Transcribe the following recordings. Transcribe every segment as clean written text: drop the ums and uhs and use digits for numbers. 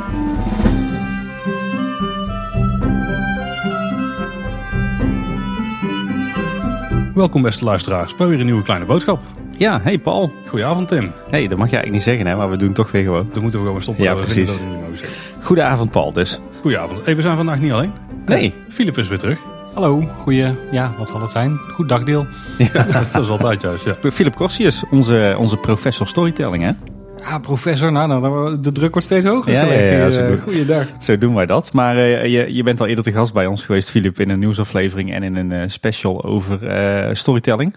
Welkom beste luisteraars bij weer een nieuwe kleine boodschap. Ja, hey Paul. Goedenavond Tim. Hey, dat mag je eigenlijk niet zeggen, hè, maar we doen het toch weer gewoon. Dan moeten we gewoon stoppen. Ja, precies. Dat we niet mogen zeggen. Goedenavond Paul dus. Goedenavond. Hey, we zijn vandaag niet alleen. Nee. Philip is weer terug. Hallo, wat zal het zijn? Goed dagdeel. Ja, dat is altijd juist, ja. Philip Corsius, onze professor storytelling, hè? Ah, professor, nou, de druk wordt steeds hoger gelegd. Ja, goeiedag. Zo doen wij dat. Maar je bent al eerder te gast bij ons geweest, Philip, in een nieuwsaflevering en in een special over storytelling.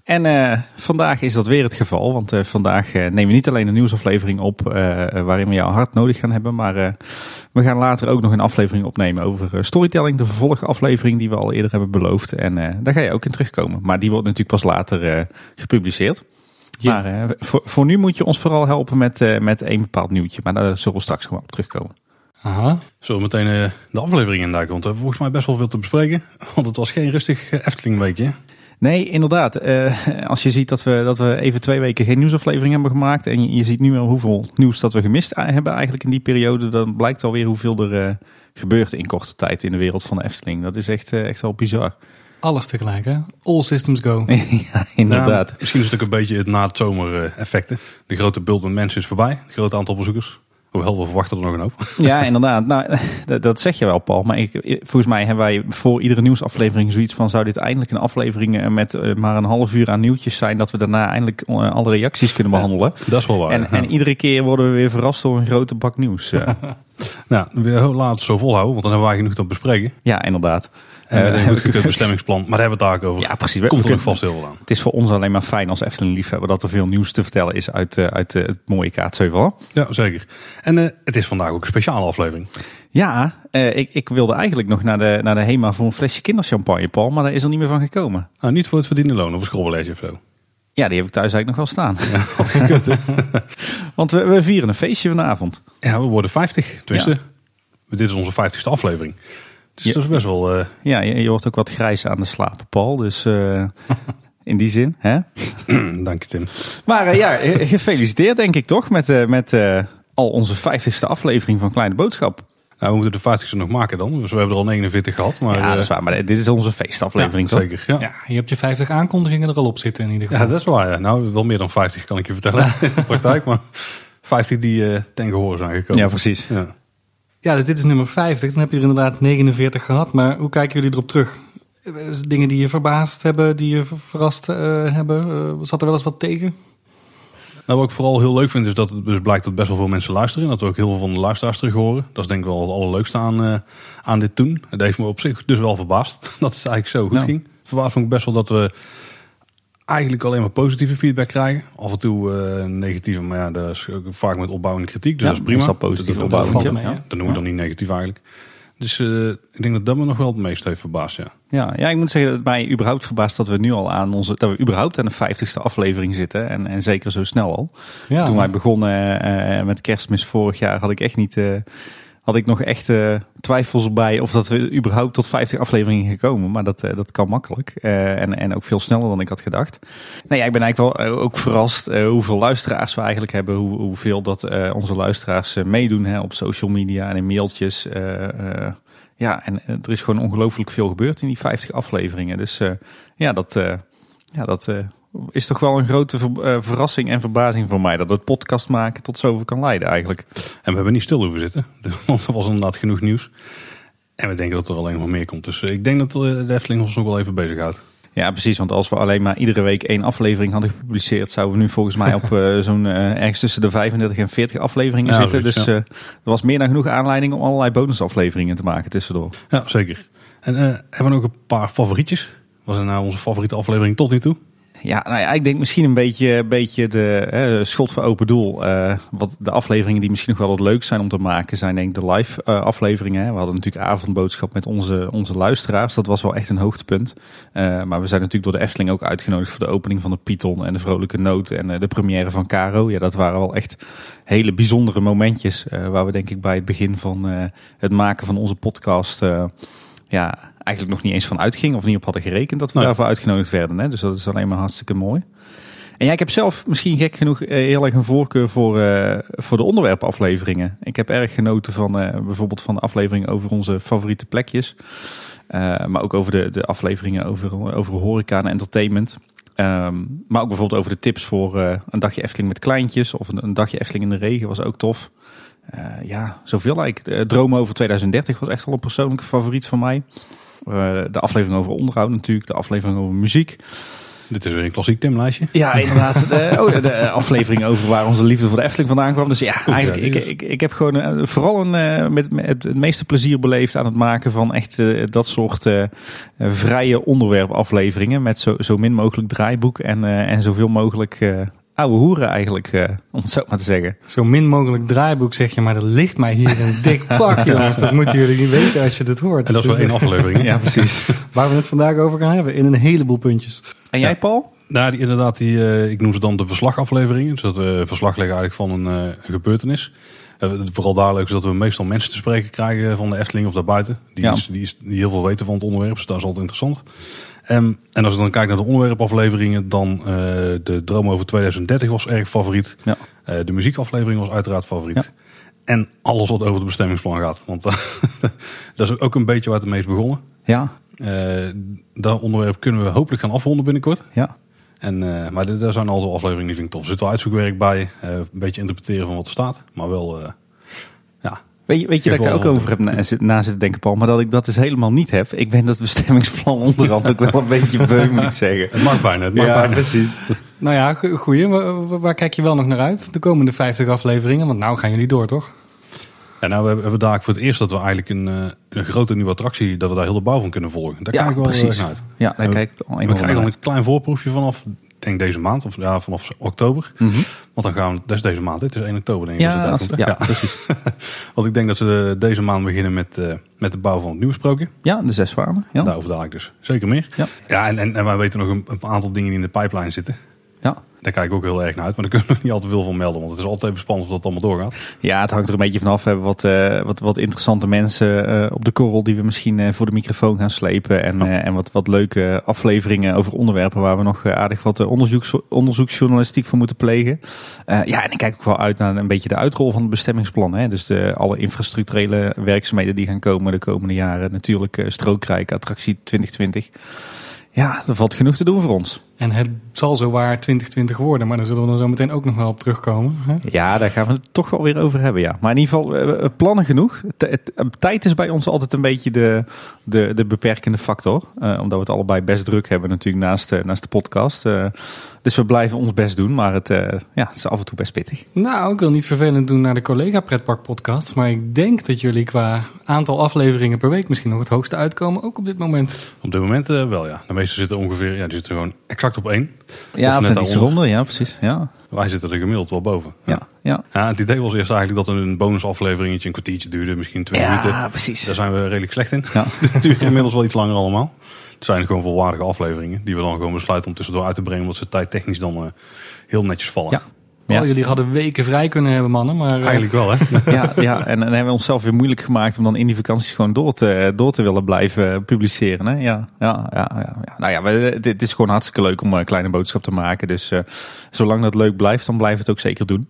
En vandaag is dat weer het geval, want vandaag nemen we niet alleen een nieuwsaflevering op waarin we jou hard nodig gaan hebben, maar we gaan later ook nog een aflevering opnemen over storytelling, de vervolgaflevering die we al eerder hebben beloofd. En daar ga je ook in terugkomen. Maar die wordt natuurlijk pas later gepubliceerd. Ja. Maar voor nu moet je ons vooral helpen met één bepaald nieuwtje. Maar daar zullen we straks gewoon op terugkomen. Aha. Zullen we meteen de aflevering induiken? Want we hebben volgens mij best wel veel te bespreken. Want het was geen rustig Efteling weekje. Nee, inderdaad. Als je ziet dat we even 2 weken geen nieuwsaflevering hebben gemaakt. En je ziet nu al hoeveel nieuws dat we gemist hebben eigenlijk in die periode. Dan blijkt alweer hoeveel er gebeurt in korte tijd in de wereld van de Efteling. Dat is echt wel bizar. Alles tegelijk, hè? All systems go. Ja, inderdaad. Nou, misschien is het ook een beetje het na het zomer effecten. De grote bult met mensen is voorbij. Het grote aantal bezoekers. Hoewel, we verwachten er nog een hoop. Ja, inderdaad. Nou, dat zeg je wel, Paul. Maar volgens mij hebben wij voor iedere nieuwsaflevering zoiets van... zou dit eindelijk een aflevering met maar een half uur aan nieuwtjes zijn... dat we daarna eindelijk alle reacties kunnen behandelen. Ja, dat is wel waar. En iedere keer worden we weer verrast door een grote bak nieuws. Nou, laten we het zo volhouden, want dan hebben wij genoeg te bespreken. Ja, inderdaad. En met een goed gekeurd bestemmingsplan. Maar daar hebben we het daar ook over. Ja, precies. Komt er nog vast heel veel aan. Het is voor ons alleen maar fijn als Efteling-liefhebber... dat er veel nieuws te vertellen is uit het mooie Kaatsheuvel. Ja, zeker. En het is vandaag ook een speciale aflevering. Ja, ik wilde eigenlijk nog naar de HEMA voor een flesje kinderchampagne, Paul. Maar daar is er niet meer van gekomen. Nou, niet voor het verdiende loon of een scrobbelletje of zo. Ja, die heb ik thuis eigenlijk nog wel staan. Ja, had gekund, hè? Want we vieren een feestje vanavond. Ja, we worden 50. Tenminste, dit is onze 50ste aflevering. Dus dat is best wel... Ja, je wordt ook wat grijs aan de slapen, Paul. Dus in die zin, hè? Dank je, Tim. Maar gefeliciteerd denk ik toch met al onze 50ste aflevering van Kleine Boodschap. Nou, we moeten de 50ste nog maken dan. Dus we hebben er al 49 gehad. Maar, ja, dat is waar. Maar dit is onze feestaflevering, toch? Zeker, ja. Ja, je hebt je 50 aankondigingen er al op zitten in ieder geval. Ja, dat is waar. Ja. Nou, wel meer dan 50 kan ik je vertellen in de praktijk. Maar 50 die ten gehore zijn gekomen. Ja, precies. Ja. Ja, dus dit is nummer 50. Dan heb je er inderdaad 49 gehad. Maar hoe kijken jullie erop terug? Dingen die je verbaasd hebben, die je verrast hebben? Zat er wel eens wat tegen? Nou, wat ik vooral heel leuk vind is dat het dus blijkt dat best wel veel mensen luisteren. En dat we ook heel veel van de luisteraars terug horen. Dat is denk ik wel het allerleukste aan dit doen. Dat heeft me op zich dus wel verbaasd dat het eigenlijk zo goed ging. Verbaasd vond ik best wel dat we eigenlijk alleen maar positieve feedback krijgen. Af en toe negatieve, maar ja, dat is ook vaak met opbouwende kritiek. Dus dat is prima. Dat is positief opbouwend. Dat noemen we dan niet negatief eigenlijk. Dus ik denk dat me nog wel het meest heeft verbaasd, ja. Ja, ik moet zeggen dat het mij überhaupt verbaast dat we nu al dat we überhaupt aan de 50ste aflevering zitten. En zeker zo snel al. Ja. Toen wij begonnen met Kerstmis vorig jaar had ik nog echt twijfels erbij of dat we überhaupt tot 50 afleveringen gekomen. Maar dat kan makkelijk. En ook veel sneller dan ik had gedacht. Nou ja, ik ben eigenlijk wel ook verrast hoeveel luisteraars we eigenlijk hebben. Hoeveel dat onze luisteraars meedoen op social media en in mailtjes. Ja, en er is gewoon ongelooflijk veel gebeurd in die 50 afleveringen. Dus dat is toch wel een grote verrassing en verbazing voor mij. Dat het podcast maken tot zoveel kan leiden eigenlijk. En we hebben niet stil hoeven zitten. Want er was inderdaad genoeg nieuws. En we denken dat er alleen nog meer komt. Dus ik denk dat de Efteling ons nog wel even bezighoudt. Ja, precies. Want als we alleen maar iedere week 1 aflevering hadden gepubliceerd, zouden we nu volgens mij op zo'n ergens tussen de 35 en 40 afleveringen zitten. Zoiets, dus er was meer dan genoeg aanleiding om allerlei bonusafleveringen te maken tussendoor. Ja, zeker. En hebben we ook een paar favorietjes? Wat is nou onze favoriete aflevering tot nu toe? Ja, nou ja, ik denk misschien een beetje de schot voor open doel. Wat de afleveringen die misschien nog wel het leukst zijn om te maken zijn denk ik de live afleveringen. We hadden natuurlijk avondboodschap met onze luisteraars. Dat was wel echt een hoogtepunt. Maar we zijn natuurlijk door de Efteling ook uitgenodigd voor de opening van de Python en de Vrolijke Noot en de première van Caro. Ja, dat waren wel echt hele bijzondere momentjes waar we denk ik bij het begin van het maken van onze podcast eigenlijk nog niet eens van uitging of niet op hadden gerekend dat we daarvoor uitgenodigd werden. Hè? Dus dat is alleen maar hartstikke mooi. En ja, ik heb zelf misschien gek genoeg heel erg een voorkeur voor de onderwerpafleveringen. Ik heb erg genoten van bijvoorbeeld van de aflevering over onze favoriete plekjes. Maar ook over de afleveringen over horeca en entertainment. Maar ook bijvoorbeeld over de tips voor een dagje Efteling met kleintjes. Of een dagje Efteling in de regen was ook tof. Zoveel eigenlijk. Dromen over 2030 was echt wel een persoonlijke favoriet van mij. De aflevering over onderhoud natuurlijk. De aflevering over muziek. Dit is weer een klassiek Tim-lijstje. Ja, inderdaad. De aflevering over waar onze liefde voor de Efteling vandaan kwam. Dus ja, eigenlijk, ik heb gewoon vooral met het meeste plezier beleefd aan het maken van echt dat soort vrije onderwerpafleveringen. Met zo min mogelijk draaiboek en zoveel mogelijk ouwe hoeren eigenlijk, om het zo maar te zeggen. Zo min mogelijk draaiboek zeg je, maar er ligt mij hier een dik pak, jongens. Dat moeten jullie niet weten als je dit hoort. En dat is wel 1 aflevering. Ja, precies. Waar we het vandaag over gaan hebben, in een heleboel puntjes. En jij, Paul? Nou, ik noem ze dan de verslagafleveringen. Dus dat we verslag leggen eigenlijk van een gebeurtenis. Vooral daar leuk is dat we meestal mensen te spreken krijgen van de Efteling of daarbuiten. Die heel veel weten van het onderwerp, dus dat is altijd interessant. En als ik dan kijk naar de onderwerpafleveringen, dan de Droom over 2030 was erg favoriet. Ja. De muziekaflevering was uiteraard favoriet. Ja. En alles wat over de bestemmingsplan gaat. Want dat is ook een beetje waar het meest begonnen. Ja. Dat onderwerp kunnen we hopelijk gaan afronden binnenkort. Ja. Maar daar zijn al zo afleveringen die vind ik tof. Er zit wel uitzoekwerk bij. Een beetje interpreteren van wat er staat. Maar wel, Weet je dat ik daar ook over heb na zitten denken, Paul, maar dat ik dat dus helemaal niet heb. Ik ben dat bestemmingsplan onderhand ook wel een beetje beu, moet ik zeggen. Het mag bijna. Precies. Nou ja, goeie. Waar kijk je wel nog naar uit? De komende 50 afleveringen, want nou gaan jullie door, toch? Ja, nou, we hebben daar voor het eerst dat we eigenlijk een grote nieuwe attractie, dat we daar heel de bouw van kunnen volgen. Daar kijk ik wel precies naar uit. Ja, daar kijk ik we krijgen dan een klein voorproefje vanaf, denk deze maand, of ja, vanaf oktober. Mm-hmm. Want dan gaan we, dat is deze maand, dit is 1 oktober denk ik. Ja, precies. Want ik denk dat ze deze maand beginnen met de bouw van het nieuwe sprookje. Ja, de 6 zwanen. Ja. Daarover dadelijk dus zeker meer. Ja, en wij weten nog een aantal dingen die in de pipeline zitten. Ja. Daar kijk ik ook heel erg naar uit, maar daar kunnen we niet al te veel van melden. Want het is altijd even spannend of dat allemaal doorgaat. Ja, het hangt er een beetje vanaf. We hebben wat interessante mensen op de korrel die we misschien voor de microfoon gaan slepen. En wat leuke afleveringen over onderwerpen waar we nog aardig wat onderzoeksjournalistiek voor moeten plegen. En ik kijk ook wel uit naar een beetje de uitrol van het bestemmingsplan. Hè? Dus alle infrastructurele werkzaamheden die gaan komen de komende jaren. Natuurlijk strookrijk, attractie 2020. Ja, er valt genoeg te doen voor ons. En het zal zowaar 2020 worden, maar daar zullen we dan zo meteen ook nog wel op terugkomen. Hè? Ja, daar gaan we het toch wel weer over hebben, ja. Maar in ieder geval, plannen genoeg. Tijd is bij ons altijd een beetje de beperkende factor. Omdat we het allebei best druk hebben natuurlijk naast de podcast. Dus we blijven ons best doen, maar het is af en toe best pittig. Nou, ik wil niet vervelend doen naar de collega Pretpark podcast. Maar ik denk dat jullie qua aantal afleveringen per week misschien nog het hoogste uitkomen. Ook op dit moment. Op dit moment wel, ja. De meeste zitten ongeveer, die zitten gewoon exact op 1. Ja, of net iets eronder, ja, precies. Ja. Wij zitten er gemiddeld wel boven. Ja. Het idee was eerst eigenlijk dat een bonusafleveringetje een kwartiertje duurde, misschien 2 minuten. Ja, precies. Daar zijn we redelijk slecht in. Ja. Het is natuurlijk inmiddels wel iets langer allemaal. Het zijn gewoon volwaardige afleveringen die we dan gewoon besluiten om tussendoor uit te brengen, omdat ze tijdtechnisch dan heel netjes vallen. Ja. Ja. Jullie hadden weken vrij kunnen hebben, mannen. Maar, eigenlijk wel, hè? En dan hebben we onszelf weer moeilijk gemaakt om dan in die vakanties gewoon door te willen blijven publiceren. Hè? Ja. Nou ja, het is gewoon hartstikke leuk om een kleine boodschap te maken. Dus zolang dat leuk blijft, dan blijven we het ook zeker doen.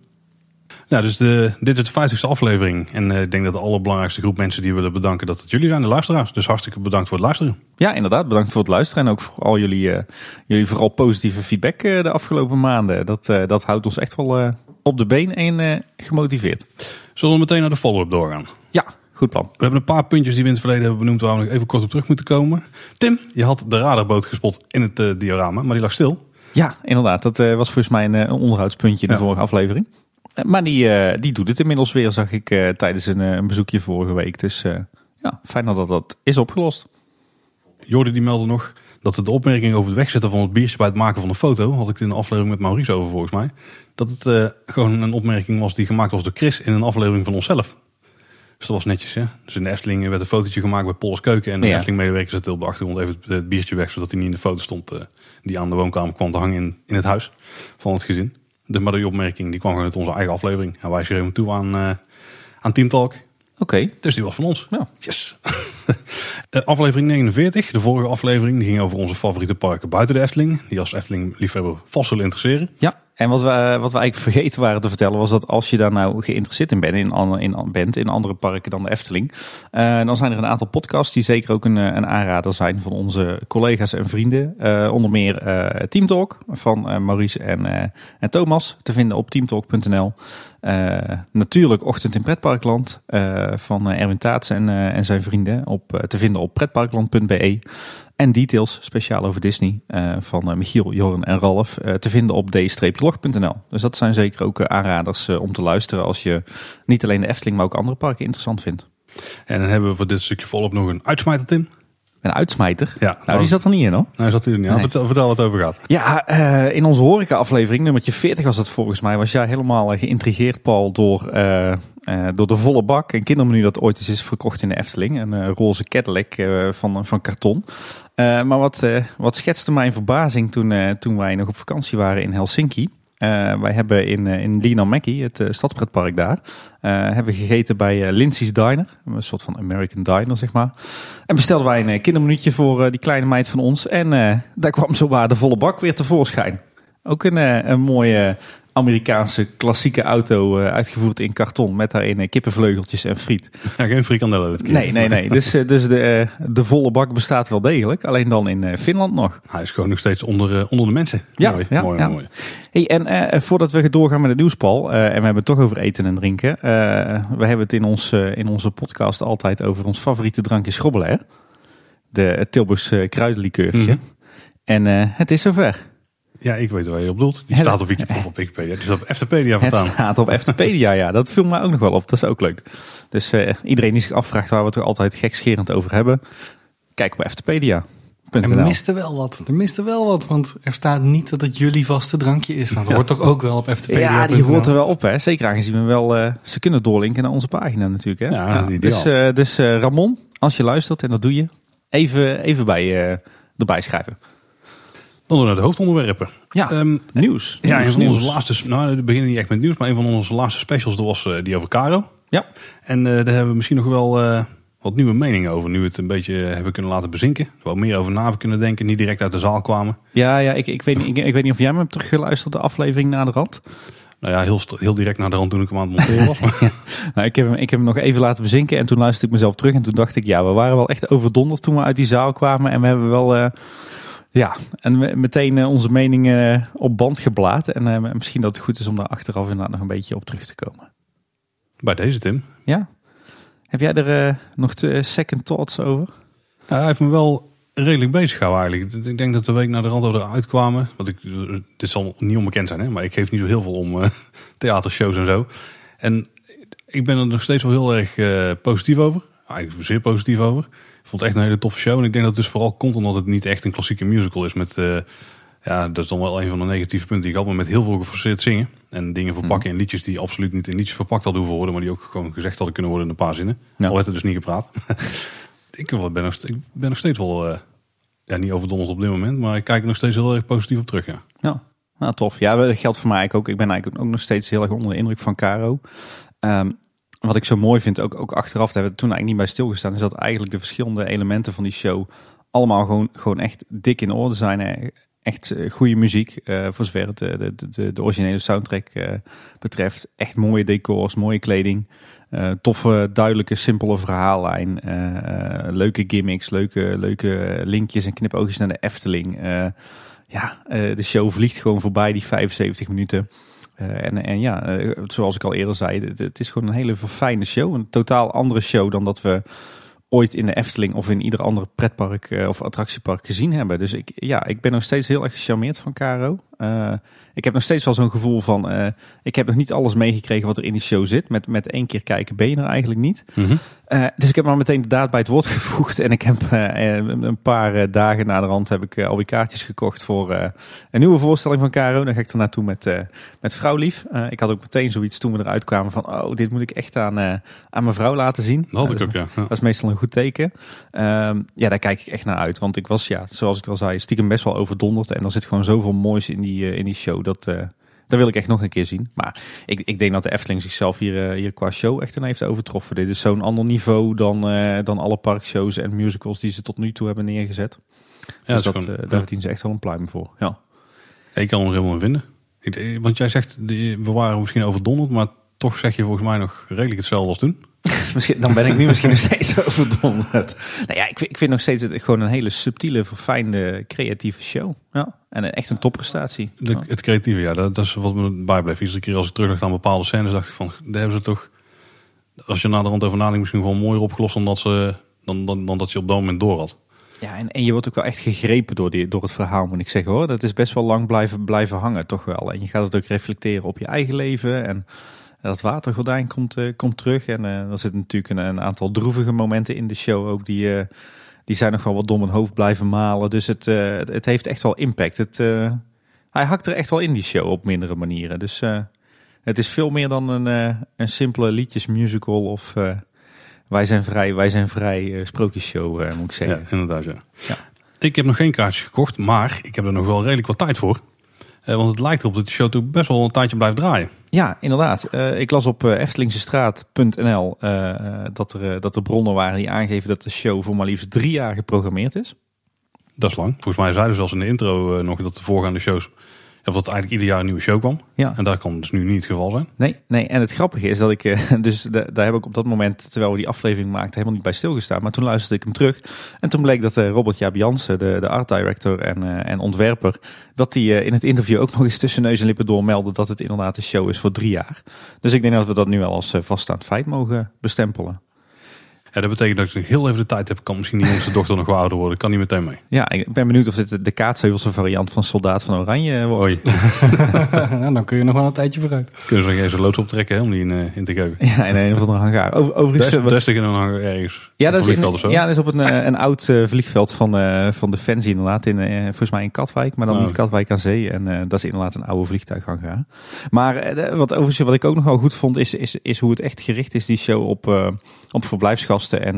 Ja, dus dit is de 50ste aflevering. En ik denk dat de allerbelangrijkste groep mensen die we willen bedanken, dat het jullie zijn, de luisteraars. Dus hartstikke bedankt voor het luisteren. Ja, inderdaad. Bedankt voor het luisteren. En ook voor al jullie vooral positieve feedback de afgelopen maanden. Dat houdt ons echt wel op de been en gemotiveerd. Zullen we meteen naar de follow-up doorgaan? Ja, goed plan. We hebben een paar puntjes die we in het verleden hebben benoemd waar we nog even kort op terug moeten komen. Tim, je had de radarboot gespot in het diorama, maar die lag stil. Ja, inderdaad. Dat was volgens mij een onderhoudspuntje in de vorige aflevering. Maar die doet het inmiddels weer, zag ik tijdens een bezoekje vorige week. Dus fijn dat is opgelost. Jordi die meldde nog dat de opmerking over het wegzetten van het biertje bij het maken van een foto, had ik het in een aflevering met Maurice over volgens mij, dat het gewoon een opmerking was die gemaakt was door Chris in een aflevering van onszelf. Dus dat was netjes, hè. Dus in de Efteling werd een fotootje gemaakt bij Polles Keuken en de Efteling-medewerker zette op de achtergrond even het biertje weg, zodat hij niet in de foto stond die aan de woonkamer kwam te hangen in het huis van het gezin. Maar die opmerking die kwam gewoon uit onze eigen aflevering. En wij schreven toe aan Team Talk. Oké. Dus die was van ons. Ja. Yes. Aflevering 49. De vorige aflevering die ging over onze favoriete parken buiten de Efteling. Die als Efteling-liefhebber vast zullen interesseren. Ja, en wat we eigenlijk vergeten waren te vertellen was dat als je daar nou geïnteresseerd in bent in andere parken dan de Efteling, dan zijn er een aantal podcasts die zeker ook een aanrader zijn van onze collega's en vrienden. Onder meer Team Talk van Maurice en Thomas te vinden op teamtalk.nl. Natuurlijk Ochtend in Pretparkland van Erwin Taats en zijn vrienden te vinden op pretparkland.be. En Details, speciaal over Disney, van Michiel, Jorn en Ralf, te vinden op d-log.nl. Dus dat zijn zeker ook aanraders om te luisteren als je niet alleen de Efteling, maar ook andere parken interessant vindt. En dan hebben we voor dit stukje volop nog een uitsmijter, Tim. Een uitsmijter? Ja. Nou, die zat er niet in, hoor. Nee, zat hij er niet aan. Nee. Vertel wat het over gaat. Ja, in onze horeca-aflevering, nummertje 40 was het volgens mij, was jij helemaal geïntrigeerd, Paul, door de volle bak. Een kindermenu dat ooit eens is verkocht in de Efteling. Een roze Cadillac van karton. Maar wat schetste mijn verbazing toen wij nog op vakantie waren in Helsinki. Wij hebben in Lenamäki, het stadspretpark daar, hebben gegeten bij Lindsay's Diner. Een soort van American Diner, zeg maar. En bestelden wij een kindermenuutje voor die kleine meid van ons. En daar kwam zowaar de volle bak weer tevoorschijn. Ook een mooie Amerikaanse klassieke auto uitgevoerd in karton. Met daarin kippenvleugeltjes en friet. Ja, geen frikandellen dit keer. Nee. Dus de volle bak bestaat wel degelijk. Alleen dan in Finland nog. Hij is gewoon nog steeds onder de mensen. Ja, mooi. Hey, en voordat we doorgaan met het nieuws, Paul. En we hebben het toch over eten en drinken. We hebben het in onze podcast altijd over ons favoriete drankje schrobbelair. Het Tilburgse kruidenlikeurtje. Mm-hmm. En het is zover. Ja, ik weet waar je op bedoelt. Die staat op Wikipedia. Het is op Eftepedia vertaan. Het staat op Eftepedia, ja. Dat viel me ook nog wel op. Dat is ook leuk. Dus iedereen die zich afvraagt waar we het er altijd gekscherend over hebben, kijk op Eftepedia. Er miste wel wat, want er staat niet dat het jullie vaste drankje is. Dat hoort toch ook wel op Eftepedia. Ja, die hoort er wel op, hè. Zeker aangezien we wel ze kunnen doorlinken naar onze pagina natuurlijk, hè. Ja, dus Ramon, als je luistert, en dat doe je, even erbij schrijven. Dan naar de hoofdonderwerpen. Ja, nieuws. Ja, een van onze laatste, we beginnen niet echt met nieuws, maar een van onze laatste specials, dat was die over Caro. Ja. En daar hebben we misschien nog wel wat nieuwe meningen over, nu we het een beetje hebben kunnen laten bezinken. Er wat meer over na hebben kunnen denken, niet direct uit de zaal kwamen. Ja, ik weet niet of jij me hebt teruggeluisterd, de aflevering na de rand. Nou ja, heel direct naar de rand toen ik hem aan het monteren was. Ja. Nou, ik heb hem nog even laten bezinken en toen luisterde ik mezelf terug. En toen dacht ik, ja, we waren wel echt overdonderd toen we uit die zaal kwamen. En we hebben wel... en meteen onze meningen op band geblaten. En misschien dat het goed is om daar achteraf inderdaad nog een beetje op terug te komen. Bij deze, Tim. Ja. Heb jij er nog second thoughts over? Ja, hij heeft me wel redelijk bezig gehouden eigenlijk. Ik denk dat de week naar de rand eruit kwamen. Dit zal niet onbekend zijn, hè? Maar ik geef niet zo heel veel om theatershows en zo. En ik ben er nog steeds wel heel erg positief over. Eigenlijk zeer positief over. Ik vond het echt een hele toffe show. En ik denk dat het dus vooral komt omdat het niet echt een klassieke musical is. Met, dat is dan wel een van de negatieve punten die ik had. Maar met heel veel geforceerd zingen. En dingen verpakken in liedjes die absoluut niet in liedjes verpakt hadden hoeven worden. Maar die ook gewoon gezegd hadden kunnen worden in een paar zinnen. Ja. Al werd er dus niet gepraat. ik ben nog steeds wel niet overdonderd op dit moment. Maar ik kijk er nog steeds heel erg positief op terug. Ja, nou, tof. Ja, dat geldt voor mij eigenlijk ook. Ik ben eigenlijk ook nog steeds heel erg onder de indruk van Caro. Wat ik zo mooi vind, ook achteraf, daar hebben we toen eigenlijk niet bij stilgestaan, is dat eigenlijk de verschillende elementen van die show allemaal gewoon echt dik in orde zijn. Echt goede muziek, voor zover het de originele soundtrack betreft. Echt mooie decors, mooie kleding, toffe, duidelijke, simpele verhaallijn. Leuke gimmicks, leuke linkjes en knipoogjes naar de Efteling. De show vliegt gewoon voorbij die 75 minuten. Zoals ik al eerder zei, het is gewoon een hele fijne show. Een totaal andere show dan dat we ooit in de Efteling of in ieder ander pretpark of attractiepark gezien hebben. Dus ik ben nog steeds heel erg gecharmeerd van Caro. Ik heb nog steeds wel zo'n gevoel van, ik heb nog niet alles meegekregen wat er in die show zit. Met 1 keer kijken ben je er eigenlijk niet. Mm-hmm. Dus ik heb maar meteen de daad bij het woord gevoegd. En ik heb een paar dagen na de rand heb ik alweer kaartjes gekocht voor een nieuwe voorstelling van Caro. Dan ga ik er naartoe met Vrouwlief. Ik had ook meteen zoiets toen we eruit kwamen van, dit moet ik echt aan mijn vrouw laten zien. Dat had ik ook, ja. Dat is meestal een goed teken. Daar kijk ik echt naar uit. Want ik was, zoals ik al zei, stiekem best wel overdonderd. En er zit gewoon zoveel moois in die show. Dat wil ik echt nog een keer zien. Maar ik denk dat de Efteling zichzelf hier qua show echt heeft overtroffen. Dit is zo'n ander niveau dan alle parkshows en musicals die ze tot nu toe hebben neergezet. Ja, dus daar verdienen ze echt wel een pluim voor. Ja. Ik kan er helemaal in vinden. Want jij zegt, we waren misschien overdonderd, maar toch zeg je volgens mij nog redelijk hetzelfde als toen. Dan ben ik nu misschien nog steeds overdonderd. Nou ja, ik vind nog steeds het gewoon een hele subtiele, verfijnde, creatieve show. Ja. En echt een topprestatie. Het creatieve, ja, dat is wat me bijbleef. Iedere keer als ik terugdacht aan bepaalde scènes, dacht ik van, daar hebben ze toch, als je na de rand over nadenkt, misschien gewoon mooier opgelost dan dat je op dat moment door had. Ja, en je wordt ook wel echt gegrepen door het verhaal, moet ik zeggen hoor. Dat is best wel lang blijven hangen, toch wel. En je gaat het ook reflecteren op je eigen leven. En dat watergordijn komt terug. En er zitten natuurlijk een aantal droevige momenten in de show ook. Die zijn nog wel wat dom in hoofd blijven malen. Dus het heeft echt wel impact. Hij hakt er echt wel in, die show, op mindere manieren. Dus het is veel meer dan een simpele liedjesmusical of... Wij zijn vrij sprookjesshow, moet ik zeggen. Ja, inderdaad, ja. Ik heb nog geen kaartjes gekocht, maar ik heb er nog wel redelijk wat tijd voor. Want het lijkt erop dat de show toch best wel een tijdje blijft draaien. Ja, inderdaad. Ik las op eftelingsestraat.nl dat er bronnen waren die aangeven dat de show voor maar liefst 3 jaar geprogrammeerd is. Dat is lang. Volgens mij zeiden ze zelfs in de intro nog dat de voorgaande shows... Of dat eigenlijk ieder jaar een nieuwe show kwam. Ja. En dat kan dus nu niet het geval zijn. Nee. En het grappige is dat ik... daar heb ik op dat moment, terwijl we die aflevering maakten, helemaal niet bij stilgestaan. Maar toen luisterde ik hem terug. En toen bleek dat Robert Jaap Jansen, de art director en ontwerper... dat hij in het interview ook nog eens tussen neus en lippen door meldde... dat het inderdaad een show is voor 3 jaar. Dus ik denk dat we dat nu wel als vaststaand feit mogen bestempelen. Ja, dat betekent dat ik nog heel even de tijd heb. Kan misschien die onze dochter nog wel ouder worden. Kan niet meteen mee. Ja, ik ben benieuwd of dit de Kaatsheuvelsen variant van Soldaat van Oranje wordt. Oei. Nou, dan kun je nog wel een tijdje vooruit. Kunnen ze nog even loods optrekken hè, om die in te geven. Ja, in een of andere hangar. Overigens, Destig in een hangar ergens. Ja, dat is op een oud vliegveld van Defensie inderdaad. Volgens mij in Katwijk, maar dan niet Katwijk aan Zee. En dat is inderdaad een oude vliegtuighangar. Maar wat ik ook nog wel goed vond is hoe het echt gericht is, die show op verblijfsgasten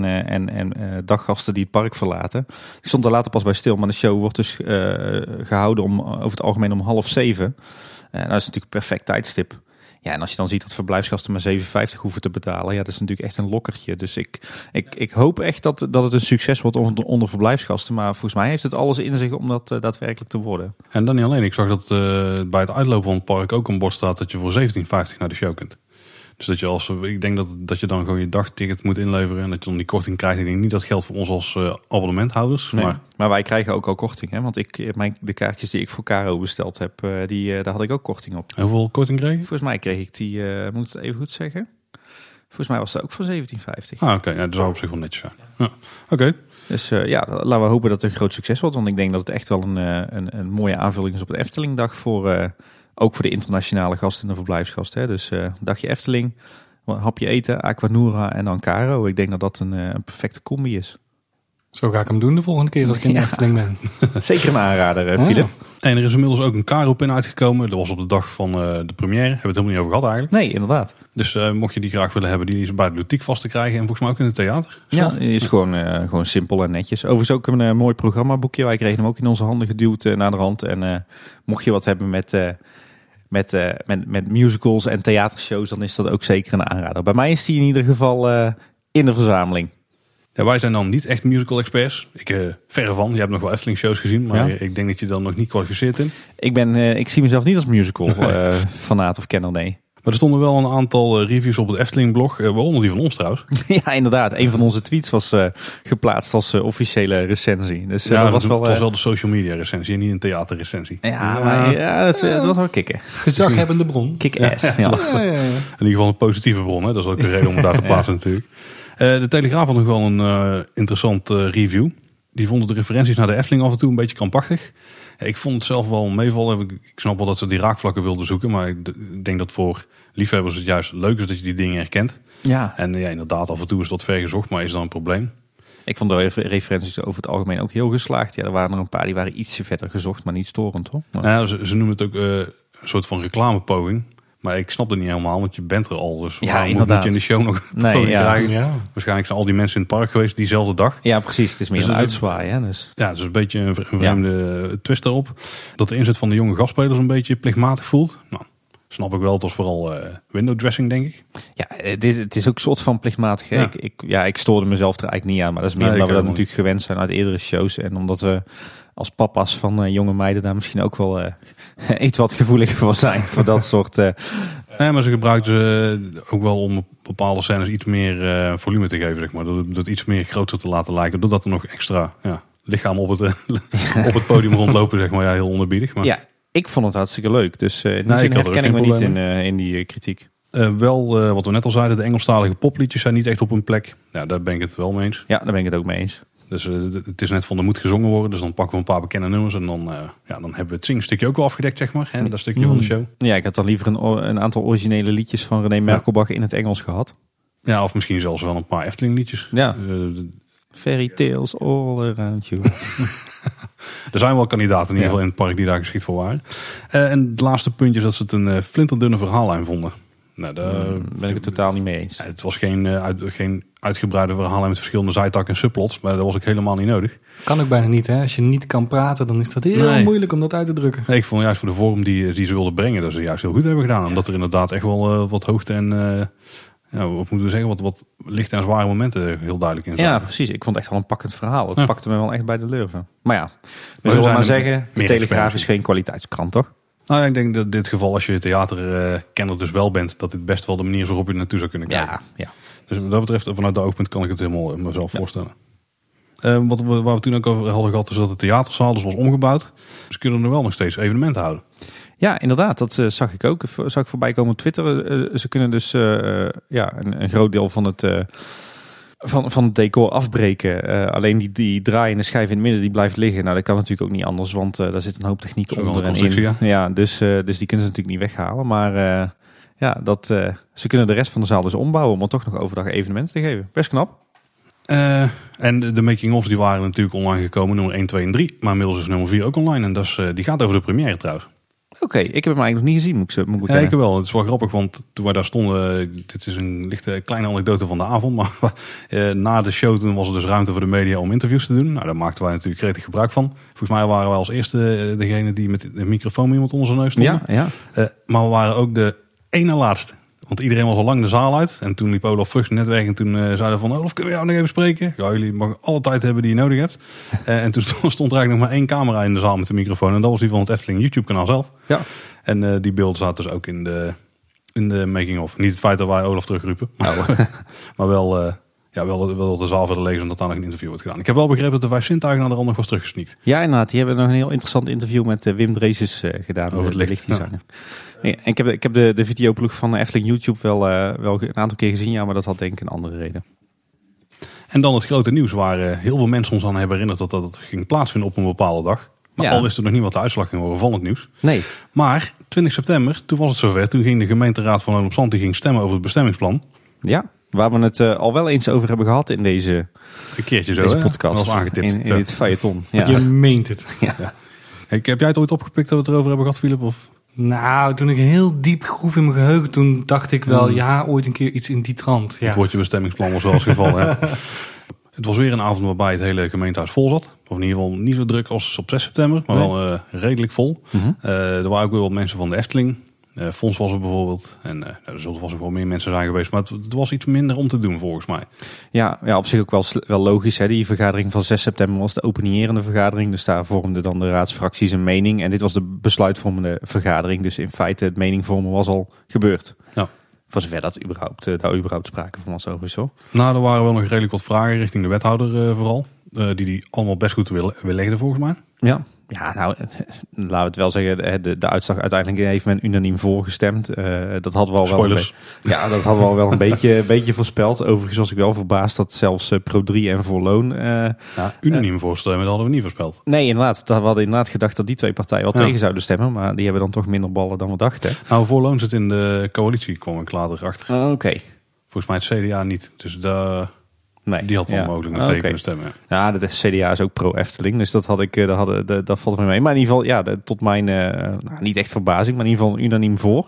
en daggasten die het park verlaten. Ik stond er later pas bij stil, maar de show wordt dus gehouden over het algemeen om 6:30. Dat is natuurlijk een perfect tijdstip. Ja, en als je dan ziet dat verblijfsgasten maar €7,50 hoeven te betalen, ja, dat is natuurlijk echt een lokkertje. Dus ik hoop echt dat het een succes wordt onder verblijfsgasten. Maar volgens mij heeft het alles in zich om dat daadwerkelijk te worden. En dan niet alleen. Ik zag dat bij het uitlopen van het park ook een bord staat dat je voor €17,50 naar de show kunt. Dus dat ik denk dat je dan gewoon je dagticket moet inleveren en dat je dan die korting krijgt. Ik denk niet dat geldt voor ons als abonnementhouders. Nee, maar wij krijgen ook al korting. Hè? Want de kaartjes die ik voor Caro besteld heb, daar had ik ook korting op. En hoeveel korting kreeg je? Volgens mij kreeg ik die, moet het even goed zeggen. Volgens mij was dat ook voor €17,50. Oké. Ja, dat zou op zich wel netjes zijn. Ja. Oké. Dus laten we hopen dat het een groot succes wordt. Want ik denk dat het echt wel een mooie aanvulling is op een Eftelingdag ook voor de internationale gasten en de verblijfsgasten. Hè. Dus dagje Efteling, een hapje eten, Aquanura en dan Caro. Ik denk dat dat een perfecte combi is. Zo ga ik hem doen de volgende keer als ik in Efteling ben. Zeker een aanrader, Philip. En er is inmiddels ook een Caro-pin uitgekomen. Dat was op de dag van de première. Hebben we het helemaal niet over gehad eigenlijk. Nee, inderdaad. Dus mocht je die graag willen hebben, die is bij de bibliotheek vast te krijgen. En volgens mij ook in het theater. Ja, die is gewoon simpel en netjes. Overigens ook een mooi programmaboekje. Wij kregen hem ook in onze handen geduwd naar de rand. En mocht je wat hebben met musicals en theatershows, dan is dat ook zeker een aanrader. Bij mij is die in ieder geval in de verzameling. Ja, wij zijn dan niet echt musical experts. Verre van. Je hebt nog wel Efteling shows gezien, maar ik denk dat je dan nog niet kwalificeert in. Ik zie mezelf niet als musical fanaat of kenner, nee. Maar er stonden wel een aantal reviews op het Efteling blog, waaronder die van ons trouwens. Ja, inderdaad. Een van onze tweets was geplaatst als officiële recensie. Dus, ja, dat was wel de social media recensie en niet een theaterrecensie. Ja, maar het was wel kicken. Gezaghebbende bron. Kick-ass. Ja. In ieder geval een positieve bron. Hè? Dat is ook de reden om het daar te plaatsen natuurlijk. De Telegraaf had nog wel een interessante review. Die vonden de referenties naar de Efteling af en toe een beetje krampachtig. Ik vond het zelf wel meevallen. Ik snap wel dat ze die raakvlakken wilden zoeken. Maar ik denk dat voor liefhebbers het juist leuk is dat je die dingen herkent. Ja. En inderdaad, af en toe is dat ver gezocht, maar is dat een probleem? Ik vond de referenties over het algemeen ook heel geslaagd. Ja, er waren er een paar die waren ietsje verder gezocht, maar niet storend hoor. Maar... Ja, ze noemen het ook een soort van reclamepoging. Maar ik snap het niet helemaal, want je bent er al. Dus waarom moet je in de show nog krijgen? Ja. Waarschijnlijk zijn al die mensen in het park geweest diezelfde dag. Ja, precies. Het is meer een uitzwaai. Hè, dus. Ja, dus een beetje een vreemde twist daarop. Dat de inzet van de jonge gastspelers een beetje plichtmatig voelt. Nou, Snap ik wel, het was vooral window dressing, denk ik. Ja, het is ook een soort van plichtmatig. Ja. Ik stoorde mezelf er eigenlijk niet aan. Maar dat is meer omdat we dat natuurlijk gewend zijn uit eerdere shows. En omdat we als papa's van jonge meiden daar misschien ook wel iets wat gevoeliger voor zijn. Voor dat soort... Nee, maar ze gebruikten ze ook wel om bepaalde scènes iets meer volume te geven, zeg maar. Door het iets meer groter te laten lijken. Doordat er nog extra lichaam op het podium rondlopen, zeg maar. Ja, heel onderbiedig. Maar... Ja, ik vond het hartstikke leuk. Dus in die zin herken ik me niet in die kritiek. Wat we net al zeiden, de Engelstalige popliedjes zijn niet echt op hun plek. Ja, daar ben ik het wel mee eens. Ja, daar ben ik het ook mee eens. Dus het is net van, er moet gezongen worden. Dus dan pakken we een paar bekende nummers. En dan hebben we het zingstukje ook wel afgedekt, zeg maar. Hè, dat stukje van de show. Ja, ik had dan liever een aantal originele liedjes van René Merkelbach in het Engels gehad. Ja, of misschien zelfs wel een paar Efteling liedjes. Ja. Fairy tales all around you. Er zijn wel kandidaten in ieder geval in het park die daar geschikt voor waren. En het laatste puntje is dat ze het een flinterdunne verhaallijn vonden. Nou, daar ben ik het totaal niet mee eens. Ja, het was geen uitgebreide verhaal met verschillende zijtakken en subplots. Maar dat was ook helemaal niet nodig. Kan ook bijna niet, hè? Als je niet kan praten, dan is dat heel moeilijk om dat uit te drukken. Nee, ik vond juist voor de vorm die ze wilden brengen, dat ze juist heel goed hebben gedaan. Omdat er inderdaad echt wel wat hoogte en... wat moeten we zeggen? Wat lichte en zware momenten heel duidelijk in zijn. Ja, precies. Ik vond het echt wel een pakkend verhaal. Het pakte me wel echt bij de lurven. Maar ja, we zullen maar zeggen, de Telegraaf is geen kwaliteitskrant, toch? Nou ja, ik denk dat in dit geval, als je theaterkenner dus wel bent, dat dit best wel de manier is waarop je er naartoe zou kunnen kijken. Ja. Dus wat dat betreft, vanuit dat oogpunt kan ik het helemaal mezelf voorstellen. Waar we toen ook over hadden gehad, is dat de theaterzaal dus was omgebouwd. Dus kunnen er wel nog steeds evenementen houden. Ja, inderdaad. Dat zag ik ook. Zag ik voorbij komen op Twitter. Ze kunnen dus een groot deel van het decor afbreken. Alleen die draaiende schijf in het midden die blijft liggen. Nou, dat kan natuurlijk ook niet anders, want daar zit een hoop techniek onder en in. Ja, dus die kunnen ze natuurlijk niet weghalen. Maar ze kunnen de rest van de zaal dus ombouwen om er toch nog overdag evenementen te geven. Best knap. En de making-ofs die waren natuurlijk online gekomen, nummer 1, 2 en 3. Maar inmiddels is nummer 4 ook online. En die gaat over de première trouwens. Oké, ik heb hem eigenlijk nog niet gezien, moet ik bekennen. Ja, ik wel. Het is wel grappig, want toen wij daar stonden... Dit is een lichte kleine anekdote van de avond. Maar na de show toen was er dus ruimte voor de media om interviews te doen. Nou, daar maakten wij natuurlijk gretig gebruik van. Volgens mij waren wij als eerste degene die met de microfoon bij iemand onder zijn neus stonden. Ja. Maar we waren ook de ene laatste. Want iedereen was al lang de zaal uit. En toen liep Olaf Vrucht net weg. En toen zeiden van, Olaf, kunnen we jou nog even spreken? Ja, jullie mogen alle tijd hebben die je nodig hebt. En toen stond er eigenlijk nog maar 1 camera in de zaal met de microfoon. En dat was die van het Efteling YouTube kanaal zelf. Ja. En die beelden zaten dus ook in de making-of. Niet het feit dat wij Olaf terugriepen. Maar wel de zaal verder lezen en dat daar nog een interview wordt gedaan. Ik heb wel begrepen dat de 5 zintuigen naar de nog was teruggesneakt. Ja, inderdaad. Die hebben nog een heel interessant interview met Wim Dreeses gedaan. Over het lichtdesign. Ja, ik heb de videoploeg van Efteling YouTube wel een aantal keer gezien. Ja, maar dat had denk ik een andere reden. En dan het grote nieuws waar heel veel mensen ons aan hebben herinnerd dat het ging plaatsvinden op een bepaalde dag. Maar al wisten we nog niet wat de uitslag ging worden van het nieuws. Nee. Maar 20 september, toen was het zover. Toen ging de gemeenteraad van Loon op Zand ging over het bestemmingsplan. Ja, waar we het al wel eens over hebben gehad in deze podcast. Was aangetipt. In dit feuilleton. Ja. Je meent het. Ja. Heb jij het ooit opgepikt dat we het erover hebben gehad, Philip? Of? Nou, toen ik heel diep groef in mijn geheugen, toen dacht ik wel, ooit een keer iets in die trant. Ja. Het woordje bestemmingsplan was wel het geval. Hè? Het was weer een avond waarbij het hele gemeentehuis vol zat. Of in ieder geval niet zo druk als op 6 september, maar wel redelijk vol. Mm-hmm. Er waren ook weer wat mensen van de Efteling. Fons was er bijvoorbeeld. En er zullen vast ook wel meer mensen zijn geweest. Maar het was iets minder om te doen volgens mij. Ja, op zich ook wel logisch. Hè? Die vergadering van 6 september was de openierende vergadering. Dus daar vormden dan de raadsfracties een mening. En dit was de besluitvormende vergadering. Dus in feite het meningvormen was al gebeurd. Ja. Voor zover dat daar überhaupt sprake van was sowieso. Nou, er waren wel nog redelijk wat vragen richting de wethouder vooral. Die allemaal best goed weerlegden volgens mij. Ja, nou, laten we het wel zeggen. De uitslag uiteindelijk heeft men unaniem voorgestemd. Dat hadden we al spoilers. Dat hadden we al wel een beetje voorspeld. Overigens was ik wel verbaasd dat zelfs Pro3 en Voorloon... unaniem voorstemmen, dat hadden we niet voorspeld. Nee, inderdaad. We hadden inderdaad gedacht dat die 2 partijen wel tegen zouden stemmen. Maar die hebben dan toch minder ballen dan we dachten. Nou, Voorloon zit in de coalitie, kwam ik later achter. Oké. Volgens mij het CDA niet. Dus die had dan mogelijk nog tegen kunnen stemmen. Ja, de CDA is ook pro-Efteling. Dus dat valt me mee. Maar in ieder geval, tot mijn niet echt verbazing, maar in ieder geval unaniem voor.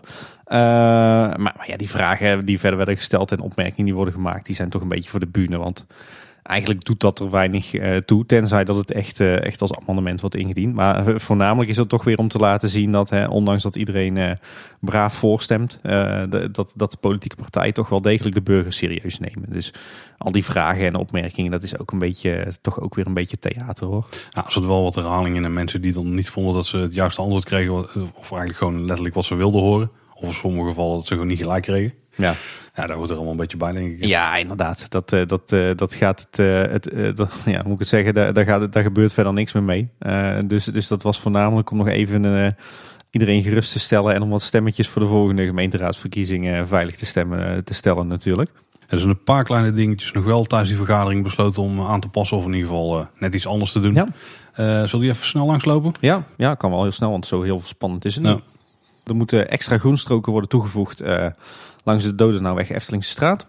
Maar die vragen die verder werden gesteld en opmerkingen die worden gemaakt, die zijn toch een beetje voor de bühne. Want eigenlijk doet dat er weinig toe. Tenzij dat het echt als amendement wordt ingediend. Maar voornamelijk is het toch weer om te laten zien dat, ondanks dat iedereen braaf voorstemt, dat de politieke partijen toch wel degelijk de burgers serieus nemen. Dus al die vragen en opmerkingen, dat is ook toch ook weer een beetje theater, hoor. Ja, er zat wel wat herhaling in en mensen die dan niet vonden dat ze het juiste antwoord kregen. Of eigenlijk gewoon letterlijk wat ze wilden horen. Of in sommige gevallen dat ze gewoon niet gelijk kregen. Ja. Ja, daar hoort er allemaal een beetje bij, denk ik. Ja, inderdaad. Dat gaat moet ik het zeggen, daar gebeurt verder niks meer mee. Dus dat was voornamelijk om nog even iedereen gerust te stellen en om wat stemmetjes voor de volgende gemeenteraadsverkiezingen veilig te stellen natuurlijk. Er zijn een paar kleine dingetjes nog wel tijdens die vergadering besloten om aan te passen of in ieder geval net iets anders te doen. Ja. Zullen die even snel langslopen? Ja, kan wel heel snel, want zo heel spannend is het niet. Ja. Er moeten extra groenstroken worden toegevoegd langs de Dodenauweg Eftelingse straat.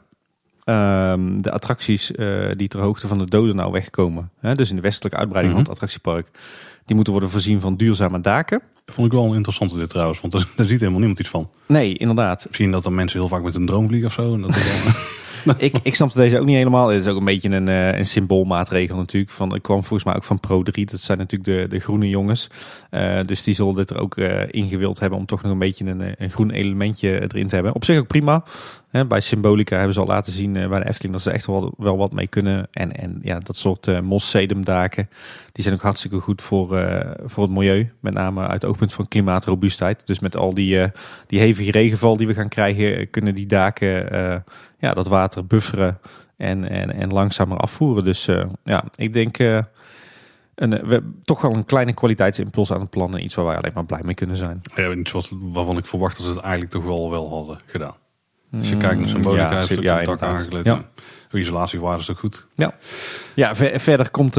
De attracties die ter hoogte van de Dodenauweg komen, dus in de westelijke uitbreiding van het attractiepark, die moeten worden voorzien van duurzame daken. Dat vond ik wel een interessante dit trouwens, want daar ziet helemaal niemand iets van. Nee, inderdaad. Misschien dat dan mensen heel vaak met een drone vliegen of zo. En dat Ik snapte deze ook niet helemaal. Het is ook een beetje een symboolmaatregel natuurlijk. Ik kwam volgens mij ook van Pro3. Dat zijn natuurlijk de groene jongens. Dus die zullen dit er ook ingewild hebben om toch nog een beetje een groen elementje erin te hebben. Op zich ook prima. Bij Symbolica hebben ze al laten zien bij de Efteling dat ze echt wel wat mee kunnen. En ja, dat soort mossedumdaken, die zijn ook hartstikke goed voor het milieu. Met name uit het oogpunt van klimaatrobuustheid. Dus met al die hevige regenval die we gaan krijgen, kunnen die daken dat water bufferen en langzamer afvoeren. Dus ik denk we hebben toch wel een kleine kwaliteitsimpuls aan het plannen. Iets waar wij alleen maar blij mee kunnen zijn. Ja, iets waarvan ik verwacht dat ze het eigenlijk toch wel hadden gedaan. Als je kijkt naar Symbolica, heeft het een dak aangekleed. Ja. Isolatiewaarde is ook goed. Ja, verder komt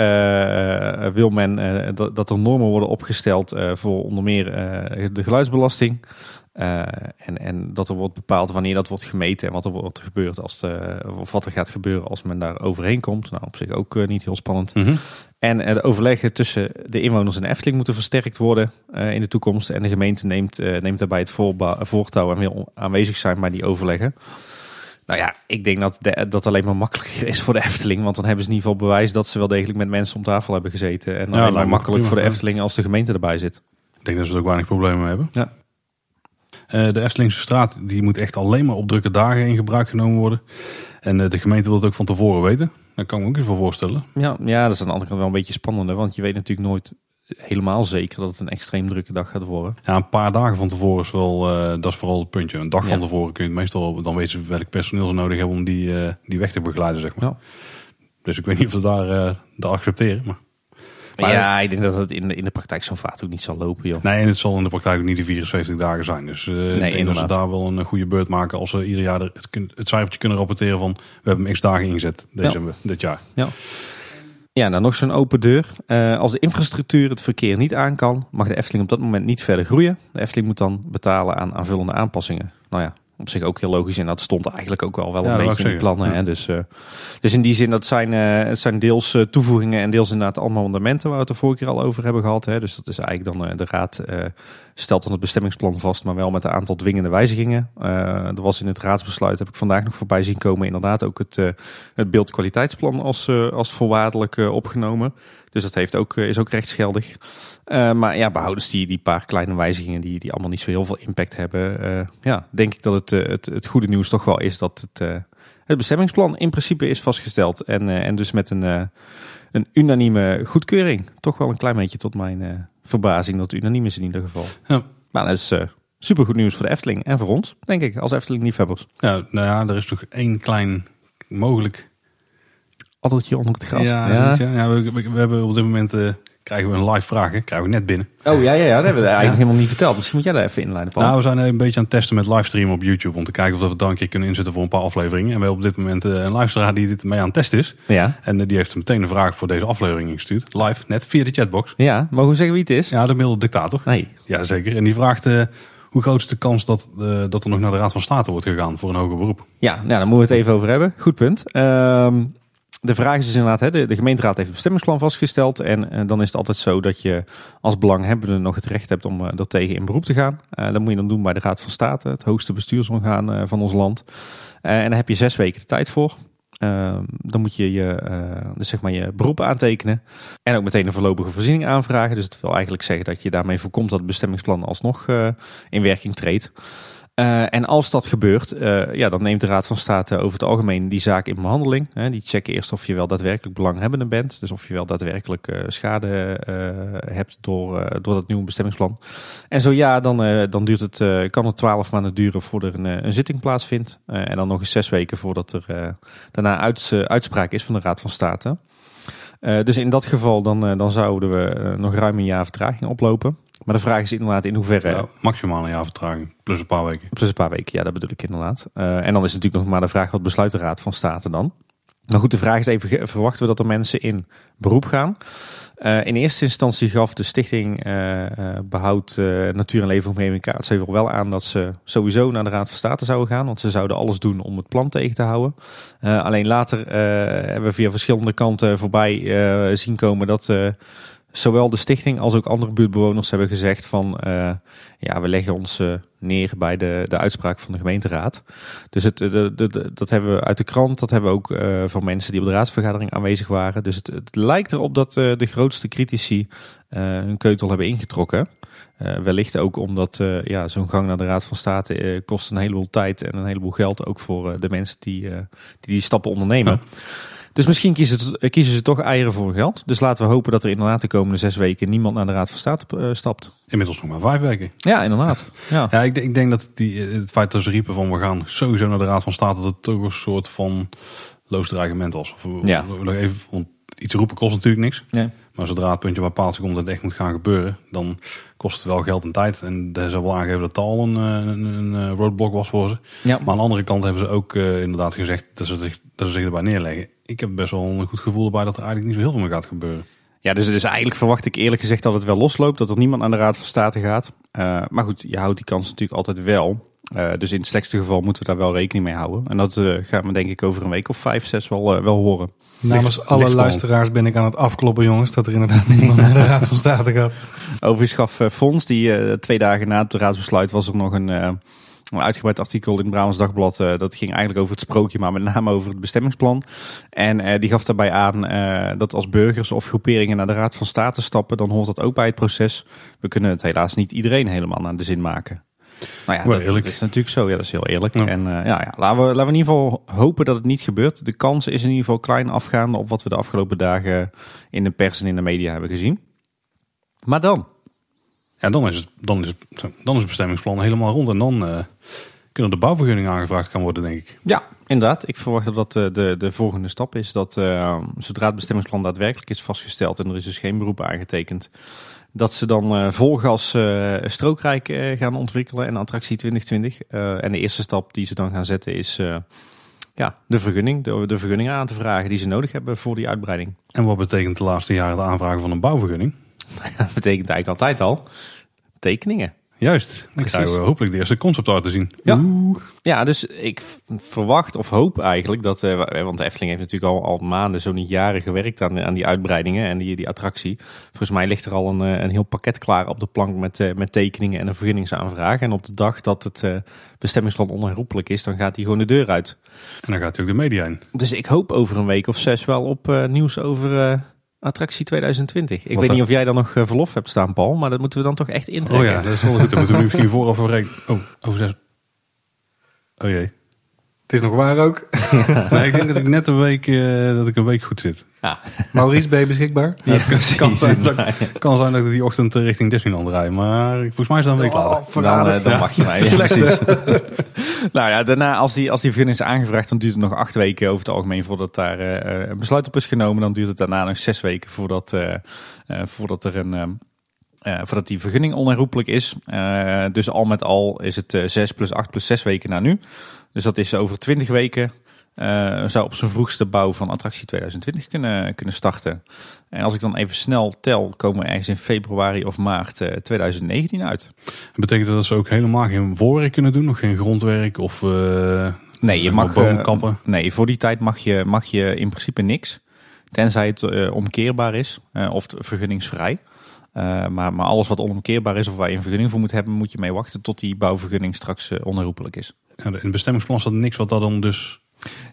wil men dat er normen worden opgesteld voor onder meer de geluidsbelasting. En dat er wordt bepaald wanneer dat wordt gemeten en wat er wordt gebeurd of wat er gaat gebeuren als men daar overheen komt. Nou, op zich ook niet heel spannend. Mm-hmm. En de overleggen tussen de inwoners en de Efteling moeten versterkt worden in de toekomst. En de gemeente neemt daarbij het voortouw en wil aanwezig zijn bij die overleggen. Nou ja, ik denk dat alleen maar makkelijker is voor de Efteling. Want dan hebben ze in ieder geval bewijs dat ze wel degelijk met mensen om tafel hebben gezeten. En alleen maar makkelijk voor de Efteling als de gemeente erbij zit. Ik denk dat ze er ook weinig problemen mee hebben. Ja. De Eftelingse straat die moet echt alleen maar op drukke dagen in gebruik genomen worden. En de gemeente wil het ook van tevoren weten. Daar kan ik me ook eens voor voorstellen. Ja, dat is aan de andere kant wel een beetje spannender. Want je weet natuurlijk nooit helemaal zeker dat het een extreem drukke dag gaat worden. Ja, een paar dagen van tevoren is wel, dat is vooral het puntje. Een dag van tevoren kun je het meestal, dan weten ze welk personeel ze nodig hebben om die weg te begeleiden, zeg maar. Ja. Dus ik weet niet of ze daar accepteren. Maar ja, ik denk dat het in de praktijk zo'n vaart ook niet zal lopen, joh. Nee, en het zal in de praktijk ook niet de 74 dagen zijn. Dus ik denk dat ze daar wel een goede beurt maken als ze ieder jaar het cijfertje kunnen rapporteren van we hebben x dagen ingezet dit jaar. Ja, nou nog zo'n open deur. Als de infrastructuur het verkeer niet aan kan, mag de Efteling op dat moment niet verder groeien. De Efteling moet dan betalen aan aanvullende aanpassingen. Nou ja, op zich ook heel logisch en dat stond eigenlijk ook wel een beetje in de plannen. Ja. Hè? Dus in die zin, dat zijn deels toevoegingen en deels inderdaad allemaal amendementen waar we het de vorige keer al over hebben gehad. Hè? Dus dat is eigenlijk dan de raad stelt dan het bestemmingsplan vast, maar wel met een aantal dwingende wijzigingen. Er was in het raadsbesluit, heb ik vandaag nog voorbij zien komen, inderdaad ook het beeldkwaliteitsplan als voorwaardelijk opgenomen. Dus dat is ook rechtsgeldig. Maar ja, behoudens die paar kleine wijzigingen die allemaal niet zo heel veel impact hebben. Denk ik dat het goede nieuws toch wel is dat het bestemmingsplan in principe is vastgesteld. En dus met een unanieme goedkeuring. Toch wel een klein beetje tot mijn verbazing dat het unaniem is in ieder geval. Ja. Maar dat is supergoed nieuws voor de Efteling en voor ons, denk ik, als Efteling-liefhebbers. Ja, nou ja, er is nog één klein mogelijk addertje onder het gras. Ja. We hebben op dit moment krijgen we een live vragen. Krijgen we net binnen. Oh ja, dat hebben we eigenlijk helemaal niet verteld. Misschien moet jij daar even inleiden, Paul. Nou, we zijn een beetje aan het testen met livestreamen op YouTube om te kijken of we het dan een keer kunnen inzetten voor een paar afleveringen. En we hebben op dit moment een luisteraar die dit mee aan het testen is. Ja. En die heeft meteen een vraag voor deze aflevering ingestuurd. Live, net via de chatbox. Ja, mogen we zeggen wie het is? Ja, de middelde dictator. Nee. Ja, zeker. En die vraagt hoe groot is de kans dat er nog naar de Raad van State wordt gegaan voor een hoger beroep? Ja, nou, daar moeten we het even over hebben. Goed punt. De vraag is dus inderdaad, de gemeenteraad heeft het bestemmingsplan vastgesteld. En dan is het altijd zo dat je als belanghebbende nog het recht hebt om er tegen in beroep te gaan. Dat moet je dan doen bij de Raad van State, het hoogste bestuursorgaan van ons land. En daar heb je 6 weken de tijd voor. Dan moet je je beroep aantekenen. En ook meteen een voorlopige voorziening aanvragen. Dus dat wil eigenlijk zeggen dat je daarmee voorkomt dat het bestemmingsplan alsnog in werking treedt. En als dat gebeurt, dan neemt de Raad van State over het algemeen die zaak in behandeling. Die checken eerst of je wel daadwerkelijk belanghebbende bent. Dus of je wel daadwerkelijk schade hebt door dat nieuwe bestemmingsplan. En zo ja, dan kan het 12 maanden duren voordat er een zitting plaatsvindt. En dan nog eens 6 weken voordat er daarna uitspraak is van de Raad van State. Dus in dat geval dan zouden we nog ruim een jaar vertraging oplopen. Maar de vraag is inderdaad in hoeverre... Ja, maximaal een jaar vertraging, plus een paar weken. Plus een paar weken, ja, dat bedoel ik inderdaad. En dan is natuurlijk nog maar de vraag, wat besluit de Raad van State dan? Nou goed, de vraag is even, verwachten we dat er mensen in beroep gaan? In eerste instantie gaf de stichting Behoud Natuur en Leefomgeving KZ wel aan dat ze sowieso naar de Raad van State zouden gaan. Want ze zouden alles doen om het plan tegen te houden. Alleen later hebben we via verschillende kanten voorbij zien komen dat... Zowel de stichting als ook andere buurtbewoners hebben gezegd van... we leggen ons neer bij de uitspraak van de gemeenteraad. Dus dat hebben we uit de krant, dat hebben we ook van mensen die op de raadsvergadering aanwezig waren. Dus het lijkt erop dat de grootste critici hun keutel hebben ingetrokken. Wellicht ook omdat zo'n gang naar de Raad van State kost een heleboel tijd en een heleboel geld. Ook voor de mensen die stappen ondernemen. Ja. Dus misschien kiezen ze toch eieren voor geld. Dus laten we hopen dat er inderdaad de komende 6 weken niemand naar de Raad van State stapt. Inmiddels nog maar 5 weken. Ja, inderdaad. Ja, ik denk dat het feit dat ze riepen van we gaan sowieso naar de Raad van State, dat het toch een soort van loos dreigement was. Want iets roepen kost natuurlijk niks. Ja. Maar zodra het puntje waar paaltje komt dat het echt moet gaan gebeuren, dan kost het wel geld en tijd. En dat zou wel aangeven dat het al een roadblock was voor ze. Ja. Maar aan de andere kant hebben ze ook inderdaad gezegd dat ze zich erbij neerleggen. Ik heb best wel een goed gevoel erbij dat er eigenlijk niet zo heel veel meer gaat gebeuren. Ja, dus eigenlijk verwacht ik eerlijk gezegd dat het wel losloopt. Dat er niemand aan de Raad van State gaat. Maar goed, je houdt die kans natuurlijk altijd wel. Dus in het slechtste geval moeten we daar wel rekening mee houden. En dat gaan we denk ik over een week of 5, 6 wel horen. Namens alle luisteraars ben ik aan het afkloppen, jongens, dat er inderdaad niemand naar de Raad van State gaat. Overigens gaf Fons, die 2 dagen na het raadsbesluit was er nog een uitgebreid artikel in het Brabants Dagblad. Dat ging eigenlijk over het sprookje, maar met name over het bestemmingsplan. En die gaf daarbij aan dat als burgers of groeperingen naar de Raad van State stappen, dan hoort dat ook bij het proces. We kunnen het helaas niet iedereen helemaal naar de zin maken. Nou ja, dat is natuurlijk zo. Ja, dat is heel eerlijk. Ja. En laten we in ieder geval hopen dat het niet gebeurt. De kans is in ieder geval klein afgaande op wat we de afgelopen dagen in de pers en in de media hebben gezien. Maar dan? Ja, dan is het bestemmingsplan helemaal rond. En dan kunnen de bouwvergunningen aangevraagd gaan worden, denk ik. Ja, inderdaad. Ik verwacht dat de volgende stap is dat zodra het bestemmingsplan daadwerkelijk is vastgesteld en er is dus geen beroep aangetekend, dat ze dan vol gas Strookrijk gaan ontwikkelen en attractie 2020. En de eerste stap die ze dan gaan zetten is de vergunningen aan te vragen die ze nodig hebben voor die uitbreiding. En wat betekent de laatste jaren het aanvragen van een bouwvergunning? Dat betekent eigenlijk altijd al tekeningen. Juist, dan krijgen we hopelijk de eerste conceptart te zien. Ja, dus ik verwacht of hoop eigenlijk dat, want de Efteling heeft natuurlijk al maanden, zo niet jaren gewerkt aan die uitbreidingen en die attractie. Volgens mij ligt er al een heel pakket klaar op de plank met tekeningen en een vergunningsaanvraag. En op de dag dat het bestemmingsplan onherroepelijk is, dan gaat hij gewoon de deur uit. En dan gaat hij ook de media in. Dus ik hoop over een week of 6 wel op nieuws over attractie 2020. Ik weet niet of jij dan nog verlof hebt staan, Paul, maar dat moeten we dan toch echt intrekken. Oh ja, dat is wel goed. Dan moeten we misschien vooraf rekenen. Over 6. Oh jee. Het is nog waar ook. Nee, ik denk dat ik net een week goed zit. Ja. Maurice, ben je beschikbaar? Ja, het kan zijn dat ik die ochtend richting Disneyland rijd, maar volgens mij is dat een week later. Dan mag je mij. Ja, precies. Nou ja, daarna als die vergunning is aangevraagd, dan duurt het nog 8 weken over het algemeen voordat daar een besluit op is genomen. Dan duurt het daarna nog 6 weken voordat die vergunning onherroepelijk is. Dus al met al is het 6 plus 8 plus 6 weken na nu. Dus dat is over 20 weken. Zou op zijn vroegste bouw van attractie 2020 kunnen starten. En als ik dan even snel tel, komen we ergens in februari of maart 2019 uit. Betekent dat ze ook helemaal geen voorwerk kunnen doen? Nog geen grondwerk of nee, je mag bomen kappen? Nee, voor die tijd mag je in principe niks. Tenzij het omkeerbaar is of vergunningsvrij. Maar alles wat onomkeerbaar is of waar je een vergunning voor moet hebben, moet je mee wachten tot die bouwvergunning straks onherroepelijk is. Ja, in het bestemmingsplan staat niks wat dat dan dus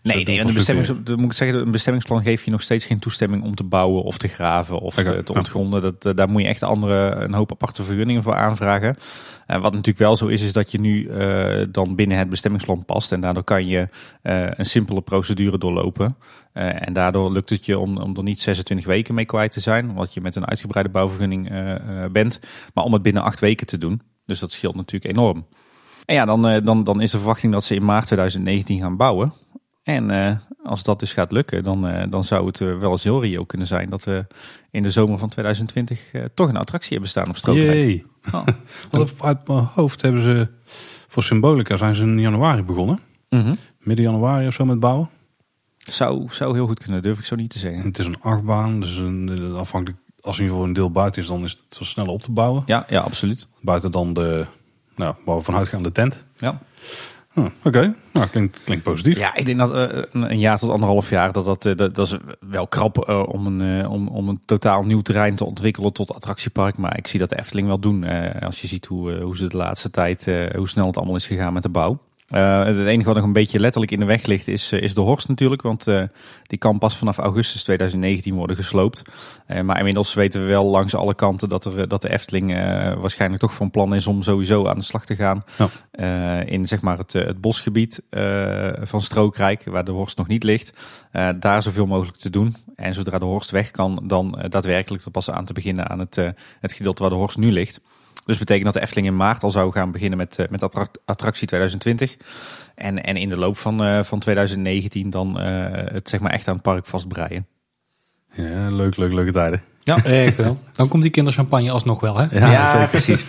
Nee, een bestemmingsplan geeft je nog steeds geen toestemming om te bouwen of te graven of te ontgronden. Daar moet je echt een hoop aparte vergunningen voor aanvragen. Wat natuurlijk wel zo is dat je nu dan binnen het bestemmingsplan past. En daardoor kan je een simpele procedure doorlopen. En daardoor lukt het je om er niet 26 weken mee kwijt te zijn. Wat je met een uitgebreide bouwvergunning bent. Maar om het binnen 8 weken te doen. Dus dat scheelt natuurlijk enorm. En ja, dan is de verwachting dat ze in maart 2019 gaan bouwen. En als dat dus gaat lukken, dan zou het wel eens heel reëel kunnen zijn dat we in de zomer van 2020 toch een attractie hebben staan op Strookrijk. Want uit mijn hoofd hebben ze voor Symbolica zijn ze in januari begonnen. Midden januari of zo met bouwen. Zou heel goed kunnen, durf ik zo niet te zeggen. En het is een 8-baan, dus afhankelijk als in ieder geval een deel buiten is, dan is het wel sneller op te bouwen. Ja, absoluut. Buiten dan waar we vanuit gaan, de tent. Ja. Oké. Nou, klinkt positief. Ja, ik denk dat een jaar tot 1,5 jaar, dat is wel krap om een totaal nieuw terrein te ontwikkelen tot attractiepark. Maar ik zie dat de Efteling wel doen. Als je ziet hoe ze de laatste tijd, hoe snel het allemaal is gegaan met de bouw. Het enige wat nog een beetje letterlijk in de weg ligt is de Horst natuurlijk. Want die kan pas vanaf augustus 2019 worden gesloopt. Maar inmiddels weten we wel langs alle kanten dat de Efteling waarschijnlijk toch van plan is om sowieso aan de slag te gaan. Ja. In zeg maar het bosgebied van Strookrijk, waar de Horst nog niet ligt. Daar zoveel mogelijk te doen. En zodra de Horst weg kan, dan daadwerkelijk er pas aan te beginnen aan het gedeelte waar de Horst nu ligt. Dus betekent dat de Efteling in maart al zou gaan beginnen met attractie 2020. En in de loop van 2019 dan het zeg maar echt aan het park vastbreien. Ja, leuke tijden. Ja, echt wel. Dan komt die kinderchampagne alsnog wel, hè? Ja, precies.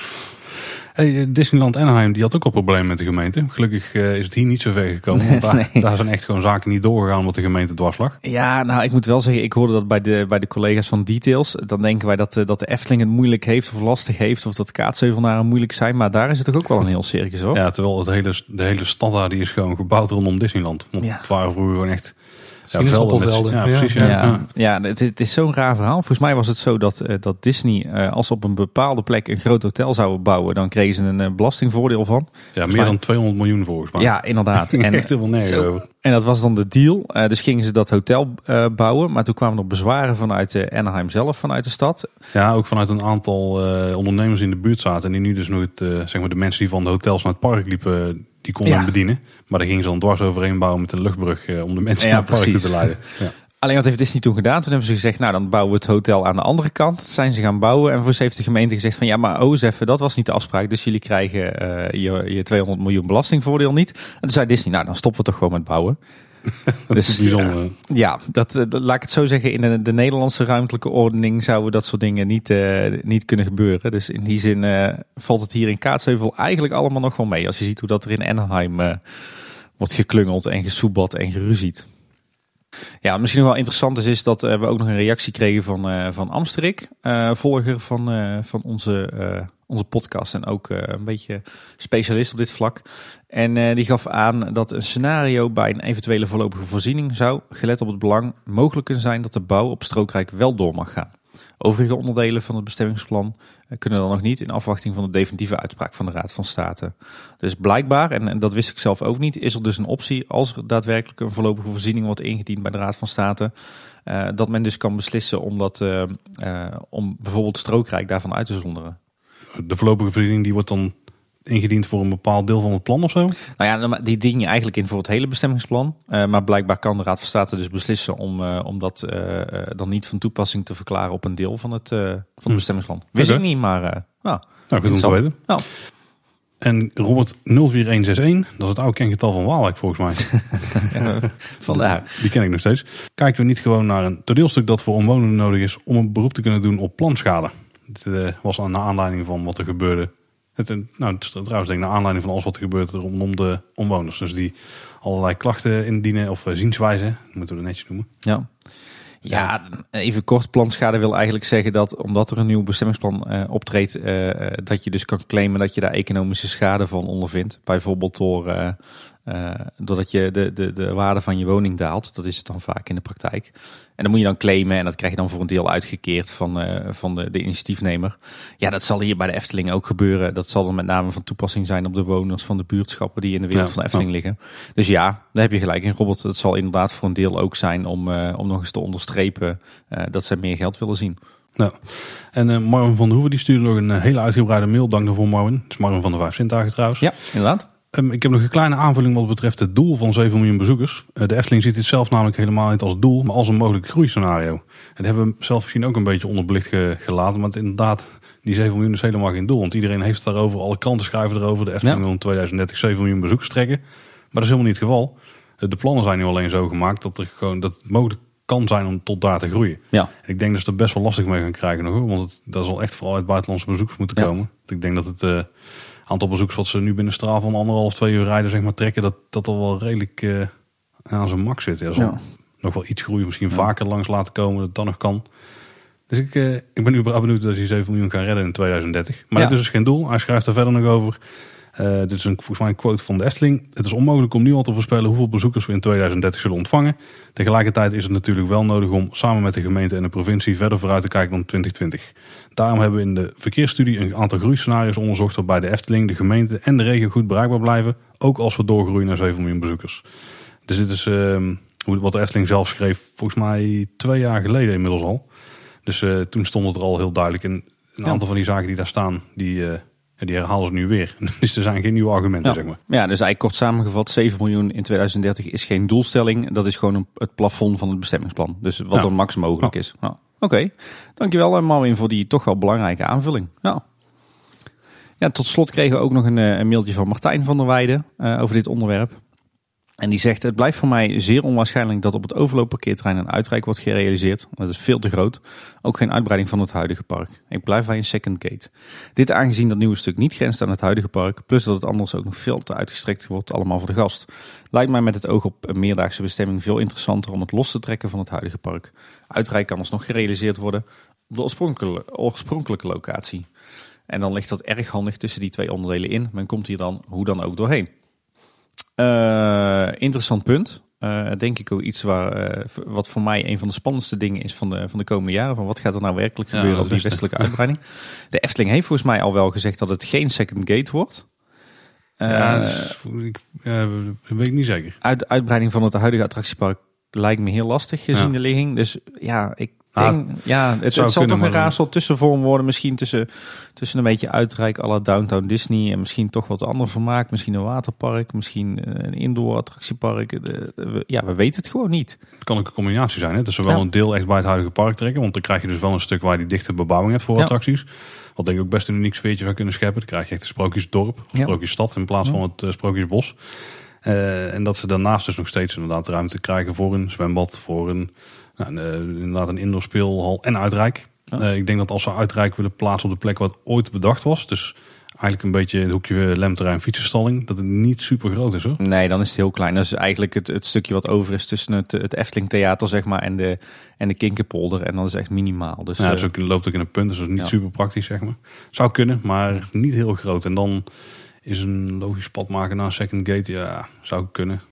Hey, Disneyland Anaheim die had ook al problemen met de gemeente. Gelukkig is het hier niet zo ver gekomen. Want daar zijn echt gewoon zaken niet doorgegaan omdat de gemeente dwars lag. Ja, nou ik moet wel zeggen, ik hoorde dat bij de collega's van Details. Dan denken wij dat de Efteling het moeilijk heeft of lastig heeft. Of dat Kaatsheuvelnaren moeilijk zijn. Maar daar is het toch ook wel een heel circus hoor. Ja, terwijl de hele stad daar die is gewoon gebouwd rondom Disneyland. Want het waren vroeger gewoon echt... Sinaasappelvelden. Ja, precies. Ja, het is zo'n raar verhaal. Volgens mij was het zo dat Disney, als ze op een bepaalde plek een groot hotel zouden bouwen, dan kregen ze een belastingvoordeel van. Ja, meer dan 200 miljoen volgens mij. Ja, inderdaad. En echt helemaal nergens over. En dat was dan de deal. Dus gingen ze dat hotel bouwen. Maar toen kwamen er bezwaren vanuit Anaheim zelf, vanuit de stad. Ja, ook vanuit een aantal ondernemers in de buurt zaten. En die nu dus nog zeg maar de mensen die van de hotels naar het park liepen, die konden hem bedienen. Maar daar gingen ze dan dwars overheen bouwen met een luchtbrug om de mensen naar het park toe te leiden. Ja. Alleen wat heeft Disney toen gedaan? Toen hebben ze gezegd, nou dan bouwen we het hotel aan de andere kant. Zijn ze gaan bouwen en voor ze heeft de gemeente gezegd van ja, maar eens even, dat was niet de afspraak. Dus jullie krijgen je 200 miljoen belastingvoordeel niet. En toen zei Disney, nou dan stoppen we toch gewoon met bouwen. Dat is bijzonder. Ja, laat ik het zo zeggen, in de Nederlandse ruimtelijke ordening zouden dat soort dingen niet kunnen gebeuren. Dus in die zin valt het hier in Kaatsheuvel eigenlijk allemaal nog wel mee. Als je ziet hoe dat er in Anaheim wordt geklungeld en gesoebat en geruzied. Ja, wat misschien nog wel interessant is dat we ook nog een reactie kregen van Amsterik, volger van onze podcast en ook een beetje specialist op dit vlak. En die gaf aan dat een scenario bij een eventuele voorlopige voorziening zou, gelet op het belang, mogelijk kunnen zijn dat de bouw op Strookrijk wel door mag gaan. Overige onderdelen van het bestemmingsplan kunnen dan nog niet in afwachting van de definitieve uitspraak van de Raad van State. Dus blijkbaar, en dat wist ik zelf ook niet, is er dus een optie als er daadwerkelijk een voorlopige voorziening wordt ingediend bij de Raad van State. Dat men dus kan beslissen om bijvoorbeeld Strookrijk daarvan uit te zonderen. De voorlopige voorziening die wordt dan ingediend voor een bepaald deel van het plan of zo? Nou ja, die dien je eigenlijk in voor het hele bestemmingsplan. Maar blijkbaar kan de Raad van State dus beslissen om dat dan niet van toepassing te verklaren op een deel van het bestemmingsplan. Wist ik niet, maar nou, goed om te weten. Nou. En Robert 04161, dat is het oude kengetal van Waalwijk volgens mij. Vandaar. Die ken ik nog steeds. Kijken we niet gewoon naar een toneelstuk dat voor omwonenden nodig is om een beroep te kunnen doen op planschade? Dit was naar aanleiding van wat er gebeurde. Trouwens denk ik naar aanleiding van alles wat er gebeurt rondom de omwoners. Dus die allerlei klachten indienen of zienswijzen, moeten we het netjes noemen. Ja, even kort, planschade wil eigenlijk zeggen dat omdat er een nieuw bestemmingsplan optreedt, dat je dus kan claimen dat je daar economische schade van ondervindt. Bijvoorbeeld door Doordat je de waarde van je woning daalt. Dat is het dan vaak in de praktijk. En dan moet je dan claimen en dat krijg je dan voor een deel uitgekeerd van de initiatiefnemer. Ja, dat zal hier bij de Efteling ook gebeuren. Dat zal dan met name van toepassing zijn op de bewoners van de buurtschappen die in de wereld van de Efteling liggen. Dus ja, daar heb je gelijk in, Robert. Het zal inderdaad voor een deel ook zijn om nog eens te onderstrepen dat ze meer geld willen zien. Ja. En Marvin van der Hoeven die stuurde nog een hele uitgebreide mail. Dank daarvoor, Marvin. Het is Marvin van de 5 Zintuigen trouwens. Ja, inderdaad. Ik heb nog een kleine aanvulling wat betreft het doel van 7 miljoen bezoekers. De Efteling ziet dit zelf namelijk helemaal niet als doel, maar als een mogelijk groeiscenario. En dat hebben we zelf misschien ook een beetje onderbelicht gelaten. Maar inderdaad, die 7 miljoen is helemaal geen doel. Want iedereen heeft het daarover, alle kranten schrijven erover. De Efteling wil in 2030 7 miljoen bezoekers trekken. Maar dat is helemaal niet het geval. De plannen zijn nu alleen zo gemaakt dat het mogelijk kan zijn om tot daar te groeien. Ja. En ik denk dat ze er best wel lastig mee gaan krijgen nog. Want dat zal echt vooral uit buitenlandse bezoekers moeten komen. Ik denk dat het aantal bezoekers wat ze nu binnen straal van 1,5-2 uur rijden zeg maar, trekken, dat al wel redelijk aan zijn max zit. Ja, nog wel iets groeien, misschien vaker langs laten komen, dat dan nog kan. Dus ik ben überhaupt benieuwd dat hij 7 miljoen kan redden in 2030. Maar dit is dus geen doel. Hij schrijft er verder nog over. Dit is volgens mij een quote van de Efteling. Het is onmogelijk om nu al te voorspellen hoeveel bezoekers we in 2030 zullen ontvangen. Tegelijkertijd is het natuurlijk wel nodig om samen met de gemeente en de provincie verder vooruit te kijken dan 2020. Daarom hebben we in de verkeersstudie een aantal groeiscenario's onderzocht waarbij de Efteling, de gemeente en de regio goed bereikbaar blijven. Ook als we doorgroeien naar 7 miljoen bezoekers. Dus dit is wat de Efteling zelf schreef volgens mij 2 jaar geleden inmiddels al. Dus toen stond het er al heel duidelijk. En een aantal van die zaken die daar staan, die herhalen ze nu weer. Dus er zijn geen nieuwe argumenten, zeg maar. Ja, dus eigenlijk kort samengevat, 7 miljoen in 2030 is geen doelstelling. Dat is gewoon het plafond van het bestemmingsplan. Dus wat er max mogelijk is. Nou, Oké. Dankjewel Marvin voor die toch wel belangrijke aanvulling. Ja, tot slot kregen we ook nog een mailtje van Martijn van der Weijden over dit onderwerp. En die zegt, het blijft voor mij zeer onwaarschijnlijk dat op het overloopparkeerterrein een uitrijk wordt gerealiseerd. Dat is veel te groot. Ook geen uitbreiding van het huidige park. Ik blijf bij een second gate. Dit aangezien dat nieuwe stuk niet grenst aan het huidige park. Plus dat het anders ook nog veel te uitgestrekt wordt allemaal voor de gast. Lijkt mij met het oog op een meerdaagse bestemming veel interessanter om het los te trekken van het huidige park. Uitrijk kan alsnog gerealiseerd worden op de oorspronkelijke locatie. En dan ligt dat erg handig tussen die 2 onderdelen in. Men komt hier dan hoe dan ook doorheen. Interessant punt. Denk ik ook iets wat voor mij een van de spannendste dingen is van de komende jaren. Van wat gaat er nou werkelijk gebeuren op die westelijke uitbreiding? De Efteling heeft volgens mij al wel gezegd dat het geen second gate wordt. Weet ik niet zeker. Uitbreiding van het huidige attractiepark lijkt me heel lastig gezien de ligging. Dus ja, ik denk, het zal toch een raadsel tussenvorm worden. Misschien tussen een beetje uitrijk à la Downtown Disney. En misschien toch wat ander vermaak. Misschien een waterpark. Misschien een indoor attractiepark. We weten het gewoon niet. Het kan ook een combinatie zijn. Hè? Dus zowel een deel echt bij het huidige park trekken. Want dan krijg je dus wel een stuk waar je die dichte bebouwing hebt voor attracties. Wat denk ik ook best een uniek sfeertje zou kunnen scheppen. Dan krijg je echt een sprookjesdorp. Sprookjesstad in plaats van het sprookjesbos. En dat ze daarnaast dus nog steeds inderdaad ruimte krijgen voor een zwembad. Voor inderdaad een indoor speelhal en uitrijk. Ik denk dat als ze uitrijk willen plaatsen op de plek wat ooit bedacht was. Dus eigenlijk een beetje het hoekje lemterrein fietsenstalling. Dat het niet super groot is hoor. Nee, dan is het heel klein. Dat is eigenlijk het stukje wat over is tussen het Efteling Theater zeg maar en de Kinkerpolder. En dat is echt minimaal. Dus, het loopt ook in een punt. Dus dat is niet super praktisch zeg maar. Zou kunnen, maar niet heel groot. En dan is een logisch pad maken naar een second gate. Zou kunnen.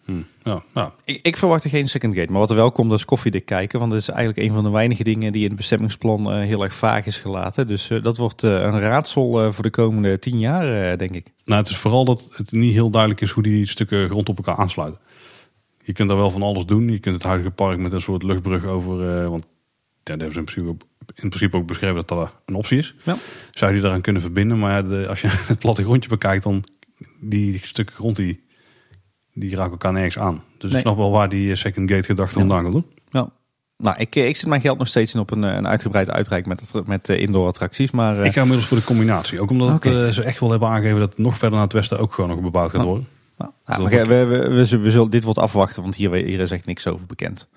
Ik verwacht er geen second gate. Maar wat er wel komt, dat is koffiedik kijken. Want dat is eigenlijk een van de weinige dingen die in het bestemmingsplan heel erg vaag is gelaten. Dus dat wordt een raadsel voor de komende 10 jaar, denk ik. Nou, het is vooral dat het niet heel duidelijk is hoe die stukken grond op elkaar aansluiten. Je kunt daar wel van alles doen. Je kunt het huidige park met een soort luchtbrug over. Want daar hebben ze in principe ook beschreven dat dat een optie is. Ja. Zou je die daaraan kunnen verbinden. Maar als je het plattegrondje bekijkt, dan die stukken grond die raken elkaar nergens aan. Dus ik snap wel waar die second gate gedachte vandaan komt doen. Ja. Nou, ik zet mijn geld nog steeds in op een uitgebreid uitrijk met indoor attracties. Maar, ik ga inmiddels voor de combinatie. Ook omdat ze echt wel hebben aangegeven dat nog verder naar het westen ook gewoon nog bebouwd gaat worden. We zullen dit wat afwachten, want hier is echt niks over bekend.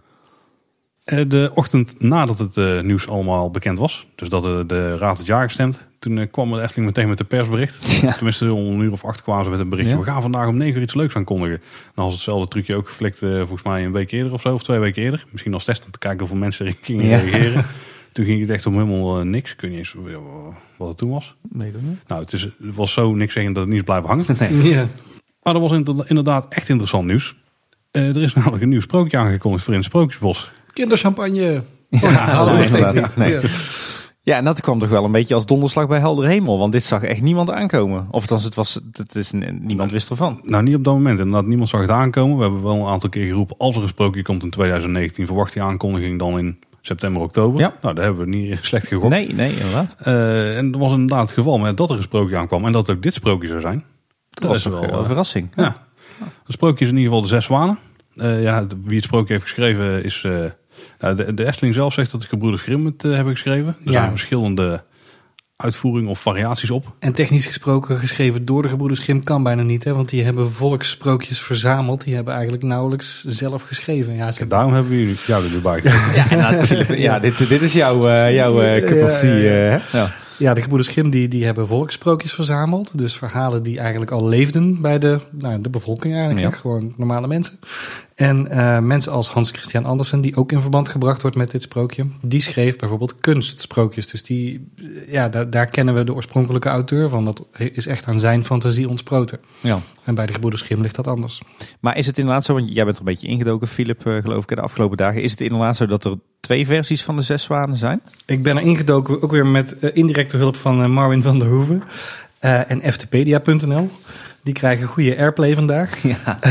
De ochtend nadat het nieuws allemaal bekend was, dus dat de raad het jaar gestemd, toen kwam de Efteling meteen met een persbericht. Ja. Tenminste, om 1:08 kwamen ze met een berichtje. Ja. We gaan vandaag om 9 uur iets leuks aankondigen. Dan was hetzelfde trucje ook geflikt, volgens mij een week eerder of zo, of 2 weken eerder. Misschien als test om te kijken hoeveel mensen er gingen reageren. Toen ging het echt om helemaal niks. Ik weet niet eens wat het toen was. Nee, dat niet. Nou, het was zo niks zeggen dat het niet is blijven hangen. Nee. Ja. Maar dat was inderdaad echt interessant nieuws. Er is namelijk een nieuw sprookje aangekondigd voor in het Sprookjesbos. Kinderchampagne. Inderdaad. Nee. Ja, en dat kwam toch wel een beetje als donderslag bij helder hemel. Want dit zag echt niemand aankomen. Of niemand wist ervan. Nou, niet op dat moment. Inderdaad, niemand zag het aankomen. We hebben wel een aantal keer geroepen, als er een sprookje komt in 2019, verwacht die aankondiging dan in september, oktober. Ja. Nou, daar hebben we niet slecht gegokt. Nee, inderdaad. En dat was inderdaad het geval met dat er een sprookje aankwam. En dat het ook dit sprookje zou zijn. Dat was wel een verrassing. Ja. Het sprookje is in ieder geval de 6 zwanen. Wie het sprookje heeft geschreven is... de Efteling zelf zegt dat de gebroeders Grimm het hebben geschreven. Er zijn verschillende uitvoeringen of variaties op. En technisch gesproken geschreven door de gebroeders Grimm kan bijna niet. Hè? Want die hebben volkssprookjes verzameld. Die hebben eigenlijk nauwelijks zelf geschreven. Ja, daarom hebben we jou er nu bij gekregen. Ja, natuurlijk. Ja, dit is jouw cup of tea. Ja, de gebroeders Grimm die hebben volkssprookjes verzameld. Dus verhalen die eigenlijk al leefden bij de bevolking eigenlijk. Ja. Gewoon normale mensen. En mensen als Hans Christian Andersen, die ook in verband gebracht wordt met dit sprookje, die schreef bijvoorbeeld kunstsprookjes. Dus daar kennen we de oorspronkelijke auteur van. Dat is echt aan zijn fantasie ontsproten. Ja. En bij de gebroeders Grimm ligt dat anders. Maar is het inderdaad zo, want jij bent er een beetje ingedoken, Philip, geloof ik, de afgelopen dagen. Is het inderdaad zo dat er 2 versies van de 6 zwanen zijn? Ik ben er ingedoken, ook weer met indirecte hulp van Marwin van der Hoeven en ftpedia.nl. Die krijgen goede airplay vandaag.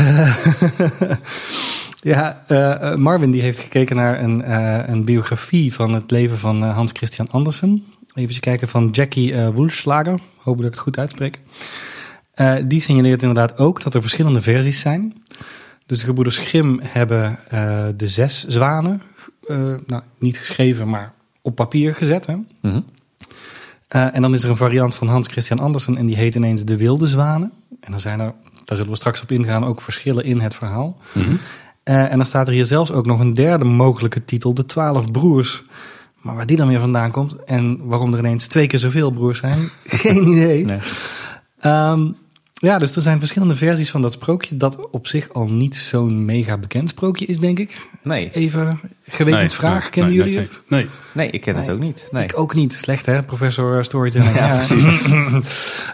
Ja. Marwin die heeft gekeken naar een biografie van het leven van Hans Christian Andersen. Even kijken, van Jackie Woelslager. Hoop dat ik het goed uitspreek. Die signaleert inderdaad ook dat er verschillende versies zijn. Dus de gebroeders Grimm hebben de 6 zwanen, niet geschreven, maar op papier gezet. Hè? Mm-hmm. En dan is er een variant van Hans Christian Andersen en die heet ineens De Wilde Zwanen. En dan zijn er, daar zullen we straks op ingaan, ook verschillen in het verhaal. Mm-hmm. En dan staat er hier zelfs ook nog een derde mogelijke titel, De 12 Broers. Maar waar die dan weer vandaan komt en waarom er ineens 2 keer zoveel broers zijn, geen idee. Nee. Dus er zijn verschillende versies van dat sprookje, dat op zich al niet zo'n mega bekend sprookje is, denk ik. Nee. Even gewetensvraag, kennen jullie het? Nee, ik ken het ook niet. Nee. Ik ook niet. Slecht, hè, professor Storytelling. Ja, precies.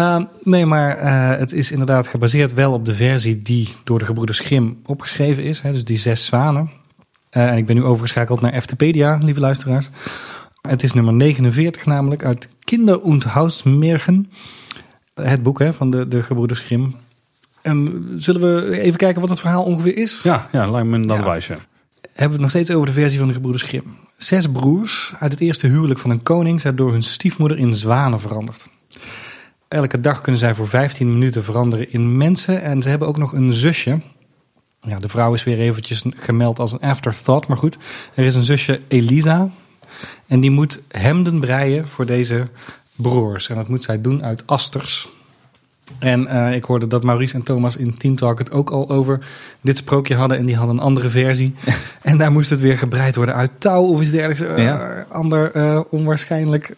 Het is inderdaad gebaseerd wel op de versie die door de gebroeders Grimm opgeschreven is. Hè, dus die 6 zwanen. En ik ben nu overgeschakeld naar ftpedia, lieve luisteraars. Het is nummer 49 namelijk, uit Kinder- und Hausmärchen. Het boek van de gebroeders Grimm. En zullen we even kijken wat het verhaal ongeveer is? Ja, lijkt me dan wijs. Ja. Hebben we het nog steeds over de versie van de gebroeders Grimm. 6 broers uit het eerste huwelijk van een koning zijn door hun stiefmoeder in zwanen veranderd. Elke dag kunnen zij voor 15 minuten veranderen in mensen. En ze hebben ook nog een zusje. Ja, de vrouw is weer eventjes gemeld als een afterthought. Maar goed, er is een zusje, Elisa. En die moet hemden breien voor deze broers. En dat moet zij doen uit asters. En ik hoorde dat Maurice en Thomas in Team Talk het ook al over dit sprookje hadden. En die hadden een andere versie. En daar moest het weer gebreid worden uit touw of iets dergelijks. Ander onwaarschijnlijk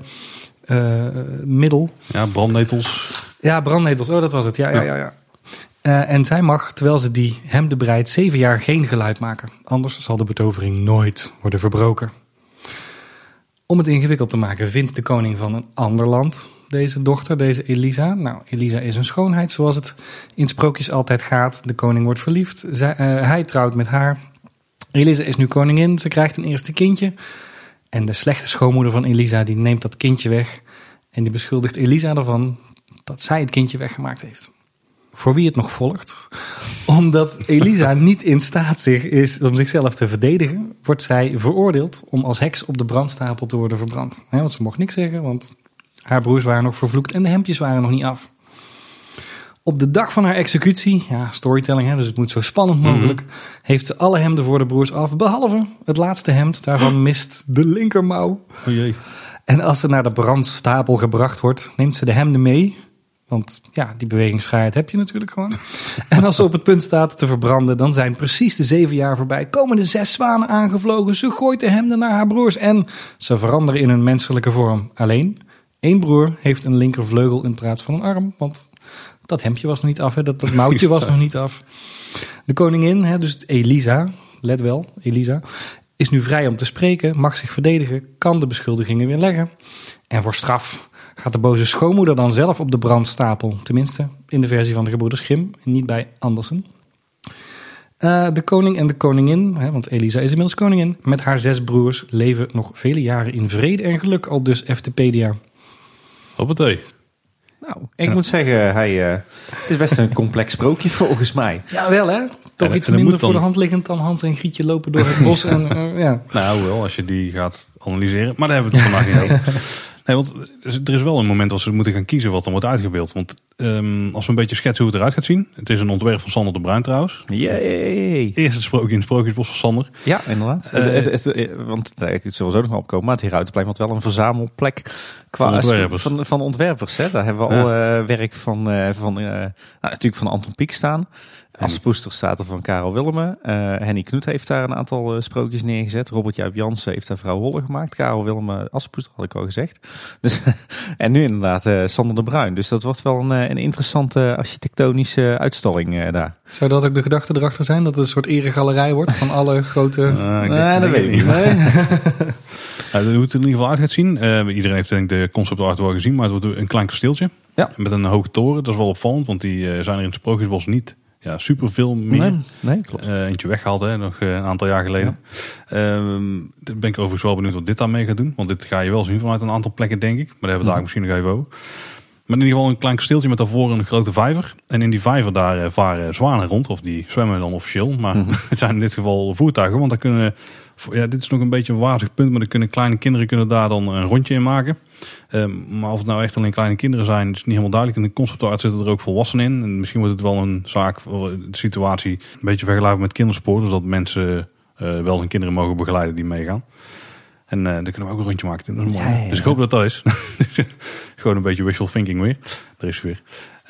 middel. Ja, brandnetels. Ja, brandnetels. Oh, dat was het. Ja. En zij mag, terwijl ze die hemden breidt, 7 jaar geen geluid maken. Anders zal de betovering nooit worden verbroken. Om het ingewikkeld te maken vindt de koning van een ander land deze dochter, deze Elisa. Nou, Elisa is een schoonheid zoals het in sprookjes altijd gaat. De koning wordt verliefd. Hij trouwt met haar. Elisa is nu koningin. Ze krijgt een eerste kindje. En de slechte schoonmoeder van Elisa die neemt dat kindje weg. En die beschuldigt Elisa ervan dat zij het kindje weggemaakt heeft. Voor wie het nog volgt. Omdat Elisa niet in staat is om zichzelf te verdedigen, wordt zij veroordeeld om als heks op de brandstapel te worden verbrand. Want ze mocht niks zeggen, want haar broers waren nog vervloekt en de hemdjes waren nog niet af. Op de dag van haar executie, storytelling, dus het moet zo spannend mogelijk, heeft ze alle hemden voor de broers af, behalve het laatste hemd. Daarvan mist de linkermouw. O jee. En als ze naar de brandstapel gebracht wordt, neemt ze de hemden mee. Want die bewegingsvrijheid heb je natuurlijk gewoon. En als ze op het punt staat te verbranden, dan zijn precies de 7 jaar voorbij. Komen de 6 zwanen aangevlogen. Ze gooit de hemden naar haar broers en ze veranderen in hun menselijke vorm. Alleen, 1 broer heeft een linkervleugel in plaats van een arm. Want dat hemdje was nog niet af, dat mouwtje was nog niet af. De koningin, dus Elisa, let wel, Elisa, is nu vrij om te spreken, mag zich verdedigen, kan de beschuldigingen weerleggen. En voor straf gaat de boze schoonmoeder dan zelf op de brandstapel. Tenminste, in de versie van de gebroeders Grimm, niet bij Andersen. De koning en de koningin, want Elisa is inmiddels koningin, met haar 6 broers leven nog vele jaren in vrede en geluk, al dus Eftepedia. Hoppatee. Nou, ik moet zeggen, het is best een complex sprookje volgens mij. Ja, wel hè? Toch iets minder voor de hand liggend dan Hans en Grietje lopen door het bos. Ja. Nou, wel, als je die gaat analyseren. Maar daar hebben we het vandaag niet over. Nee, want er is wel een moment dat ze moeten gaan kiezen wat er wordt uitgebeeld. Want als we een beetje schetsen hoe het eruit gaat zien. Het is een ontwerp van Sander de Bruin trouwens. Yay! Eerste sprookje in het Sprookjesbos van Sander. Ja, inderdaad. Want ik zal zo nog wel opkomen. Maar het Herautenplein wordt wel een verzamelplek van ontwerpers. Hè? Daar hebben we al werk van natuurlijk van Anton Pieck staan. Als poester staat er van Karel Willemen. Henny Knoet heeft daar een aantal sprookjes neergezet. Robert Jaap Jansen heeft daar Vrouw Holle gemaakt. Karel Willemen als poester, had ik al gezegd. Dus, en nu inderdaad Sander de Bruin. Dus dat wordt wel een interessante architectonische uitstalling daar. Zou dat ook de gedachte erachter zijn? Dat het een soort eregalerij wordt van alle grote... dat weet ik niet. Nee. Hoe het er in ieder geval uit gaat zien. Iedereen heeft denk ik de concept art wel gezien. Maar het wordt een klein kasteeltje. Ja. Met een hoge toren. Dat is wel opvallend. Want die zijn er in het Sprookjesbos niet... Ja, super veel meer. Nee, klopt. Eentje weggehaald, nog een aantal jaar geleden. Ja. Ben ik overigens wel benieuwd wat dit daarmee gaat doen. Want dit ga je wel zien vanuit een aantal plekken, denk ik. Maar daar hebben we daar misschien nog even over. Maar in ieder geval een klein kasteeltje met daarvoor een grote vijver. En in die vijver daar varen zwanen rond. Of die zwemmen dan officieel. Maar het zijn in dit geval voertuigen. Want daar kunnen... Ja, dit is nog een beetje een wazig punt. Maar dan kunnen kleine kinderen daar dan een rondje in maken. Maar of het nou echt alleen kleine kinderen zijn, is niet helemaal duidelijk. In de conceptart zitten er ook volwassenen in. En misschien wordt het wel een zaak, de situatie een beetje vergelijkbaar met kindersport. Dus dat mensen wel hun kinderen mogen begeleiden die meegaan. En daar kunnen we ook een rondje maken. Dat is mooi. Ja. Dus ik hoop dat dat is. Gewoon een beetje wishful thinking weer. Daar is het weer.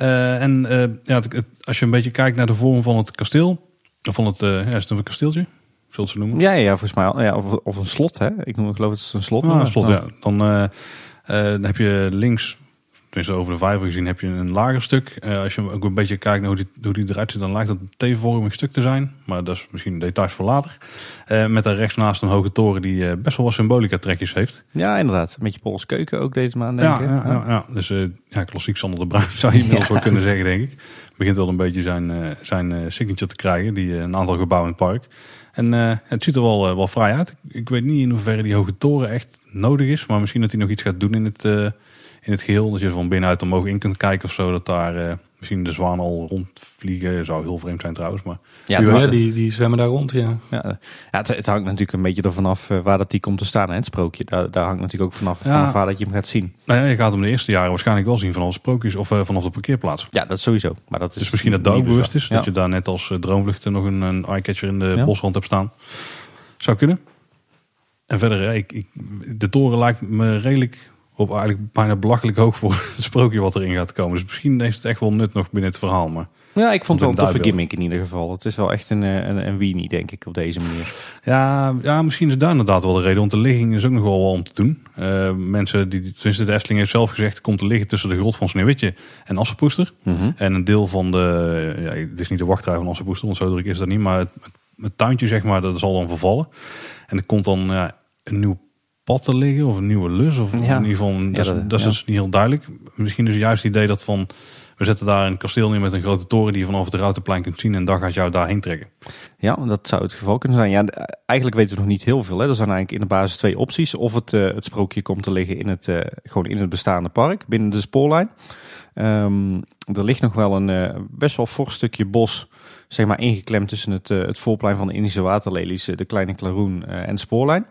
Als je een beetje kijkt naar de vorm van het kasteel. Of van het, is het een kasteeltje? Zult ze noemen? Ja, volgens mij. Ja, of een slot, hè? Ik geloof dat het een slot. Een slot, ja. Dan heb je links, tenminste over de vijver gezien, heb je een lager stuk. Als je ook een beetje kijkt naar hoe die eruit ziet, dan lijkt het een T-vormig stuk te zijn. Maar dat is misschien details voor later. Met daar rechts naast een hoge toren die best wel wat symbolica-trekjes heeft. Ja, inderdaad. Met je Pols keuken ook deze maand, denk ik. Ja. Dus klassiek Sander de Bruin zou je inmiddels wel kunnen zeggen, denk ik. Begint wel een beetje zijn signature te krijgen, die een aantal gebouwen in het park. En het ziet er wel fraai uit. Ik weet niet in hoeverre die hoge toren echt nodig is. Maar misschien dat hij nog iets gaat doen in het geheel. Dat je er van binnenuit omhoog in kunt kijken of zo. Dat daar misschien de zwanen al rondvliegen. Zou heel vreemd zijn trouwens. Maar ja, die zwemmen daar rond, ja. Het hangt natuurlijk een beetje ervan af waar dat die komt te staan. Hè, het sprookje. Daar hangt natuurlijk ook vanaf waar dat je hem gaat zien. Nou ja, je gaat hem de eerste jaren waarschijnlijk wel zien vanaf sprookjes of vanaf de parkeerplaats. Ja, dat sowieso. Maar dat is dus misschien dat ook bewust is. Ja. Dat je daar net als droomvluchten nog een eyecatcher in de bosrand hebt staan. Zou kunnen. En verder, de toren lijkt me redelijk op eigenlijk bijna belachelijk hoog voor het sprookje wat erin gaat komen. Dus misschien heeft het echt wel nut nog binnen het verhaal. Maar ja, ik vond het wel een toffe gimmick in ieder geval. Het is wel echt een weenie, denk ik, op deze manier. Ja, misschien is daar inderdaad wel de reden. Want de ligging is ook nog wel om te doen. Mensen, tenminste de Efteling heeft zelf gezegd, komt te liggen tussen de grot van Sneeuwwitje en Assepoester. Mm-hmm. En een deel van het is niet de wachtrij van Assepoester, want zo druk is dat niet. Maar het tuintje, zeg maar, dat zal dan vervallen. En er komt dan een nieuw pad te liggen of een nieuwe lus. Of in ieder geval, dat is dus niet heel duidelijk. Misschien is juist het idee dat van... We zetten daar een kasteel neer met een grote toren die je vanaf het Herautenplein kunt zien. En dan gaat jou daarheen trekken. Ja, dat zou het geval kunnen zijn. Ja, eigenlijk weten we nog niet heel veel. Hè. Er zijn eigenlijk in de basis 2 opties. Of het sprookje komt te liggen gewoon in het bestaande park, binnen de spoorlijn. Er ligt nog wel een best wel fors stukje bos, zeg maar, ingeklemd tussen het voorplein van de Indische waterlelies, de Kleine Klaroen en de spoorlijn.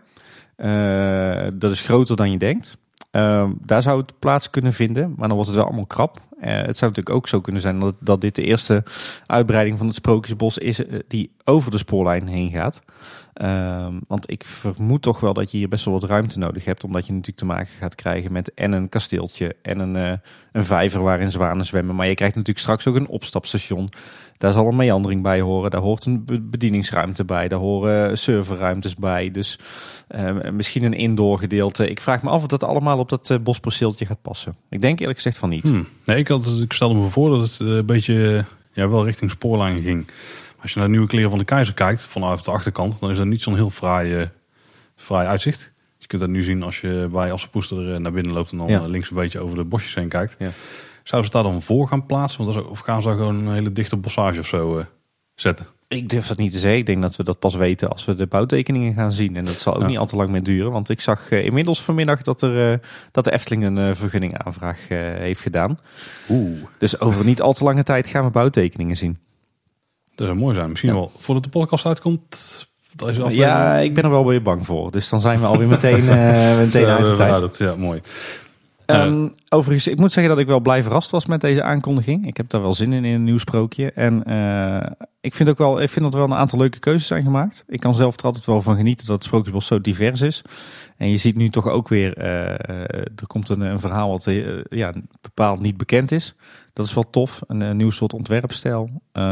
Dat is groter dan je denkt. Daar zou het plaats kunnen vinden, maar dan wordt het wel allemaal krap. Het zou natuurlijk ook zo kunnen zijn dat dit de eerste uitbreiding van het Sprookjesbos is die over de spoorlijn heen gaat. Want ik vermoed toch wel dat je hier best wel wat ruimte nodig hebt, omdat je natuurlijk te maken gaat krijgen met en een kasteeltje en een vijver waarin zwanen zwemmen. Maar je krijgt natuurlijk straks ook een opstapstation. Daar zal een meandering bij horen. Daar hoort een bedieningsruimte bij. Daar horen serverruimtes bij. Dus misschien een indoor gedeelte. Ik vraag me af of dat allemaal op dat bosperceeltje gaat passen. Ik denk eerlijk gezegd van niet. Nee, ik stelde me voor dat het een beetje wel richting spoorlijn ging. Als je naar de Nieuwe Kleren van de Keizer kijkt, vanuit de achterkant, dan is dat niet zo'n heel fraai uitzicht. Je kunt dat nu zien als je bij Assepoester naar binnen loopt en dan links een beetje over de bosjes heen kijkt. Ja. Zouden ze het daar dan voor gaan plaatsen? Of gaan ze daar gewoon een hele dichte bossage of zo zetten? Ik durf dat niet te zeggen. Ik denk dat we dat pas weten als we de bouwtekeningen gaan zien. En dat zal ook niet al te lang meer duren. Want ik zag inmiddels vanmiddag dat de Efteling een vergunningaanvraag heeft gedaan. Dus over niet al te lange tijd gaan we bouwtekeningen zien. Dat zou mooi zijn. Misschien wel voordat de podcast uitkomt. Ja, ik ben er wel weer bang voor. Dus dan zijn we alweer meteen uit de tijd. Ja, mooi. Overigens, ik moet zeggen dat ik wel blij verrast was met deze aankondiging. Ik heb daar wel zin in een nieuw sprookje. En ik vind dat er wel een aantal leuke keuzes zijn gemaakt. Ik kan zelf er altijd wel van genieten dat het Sprookjesbos zo divers is. En je ziet nu toch ook weer, er komt een verhaal wat bepaald niet bekend is. Dat is wel tof. Een nieuw soort ontwerpstijl.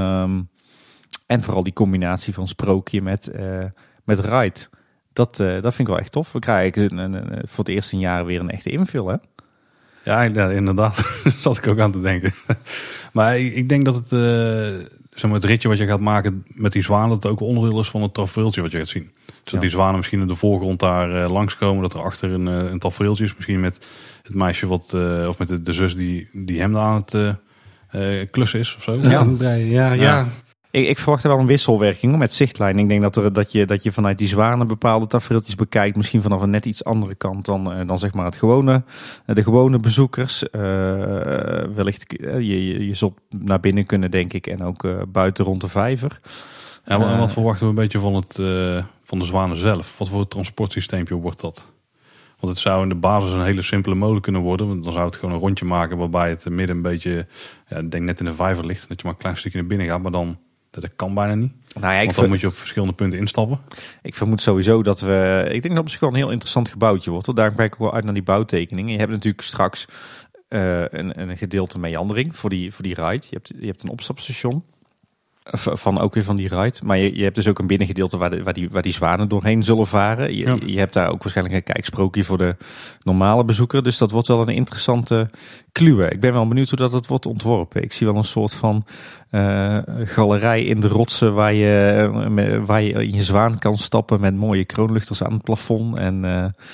En vooral die combinatie van sprookje met ride. Dat vind ik wel echt tof. We krijgen voor het eerst in jaren weer een echte invul, hè? Ja, inderdaad. Daar zat ik ook aan te denken. Maar ik denk dat het ritje wat je gaat maken met die zwanen, dat het ook onderdeel is van het tafereeltje wat je gaat zien. Dus dat die zwanen misschien in de voorgrond daar langskomen, dat er achter een tafereeltje is. Misschien met het meisje of met de zus die hem daar aan het klussen is of zo. Ja. Ik verwacht er wel een wisselwerking met zichtlijn. Ik denk dat je vanuit die zwanen bepaalde tafereeltjes bekijkt. Misschien vanaf een net iets andere kant dan zeg maar de gewone bezoekers. Wellicht je zult naar binnen kunnen, denk ik. En ook buiten rond de vijver. Ja, en wat verwachten we een beetje van de zwanen zelf? Wat voor transportsysteempje wordt dat? Want het zou in de basis een hele simpele molen kunnen worden. Want dan zou het gewoon een rondje maken waarbij het midden een beetje, ik denk net in de vijver ligt. Dat je maar een klein stukje naar binnen gaat, maar dan... Dat kan bijna niet. Nou ja, want dan moet je op verschillende punten instappen. Ik vermoed sowieso dat ik denk dat het op zich wel een heel interessant gebouwtje wordt. Daarom kijk ik wel uit naar die bouwtekeningen. Je hebt natuurlijk straks een gedeelte meandering voor die ride. Je hebt een opstapstation. Ook weer van die ride. Maar je hebt dus ook een binnengedeelte waar die zwanen doorheen zullen varen. Je hebt daar ook waarschijnlijk een kijksprookje voor de normale bezoeker. Dus dat wordt wel een interessante kluwe. Ik ben wel benieuwd hoe dat wordt ontworpen. Ik zie wel een soort van galerij in de rotsen waar je in je zwaan kan stappen met mooie kroonluchters aan het plafond. En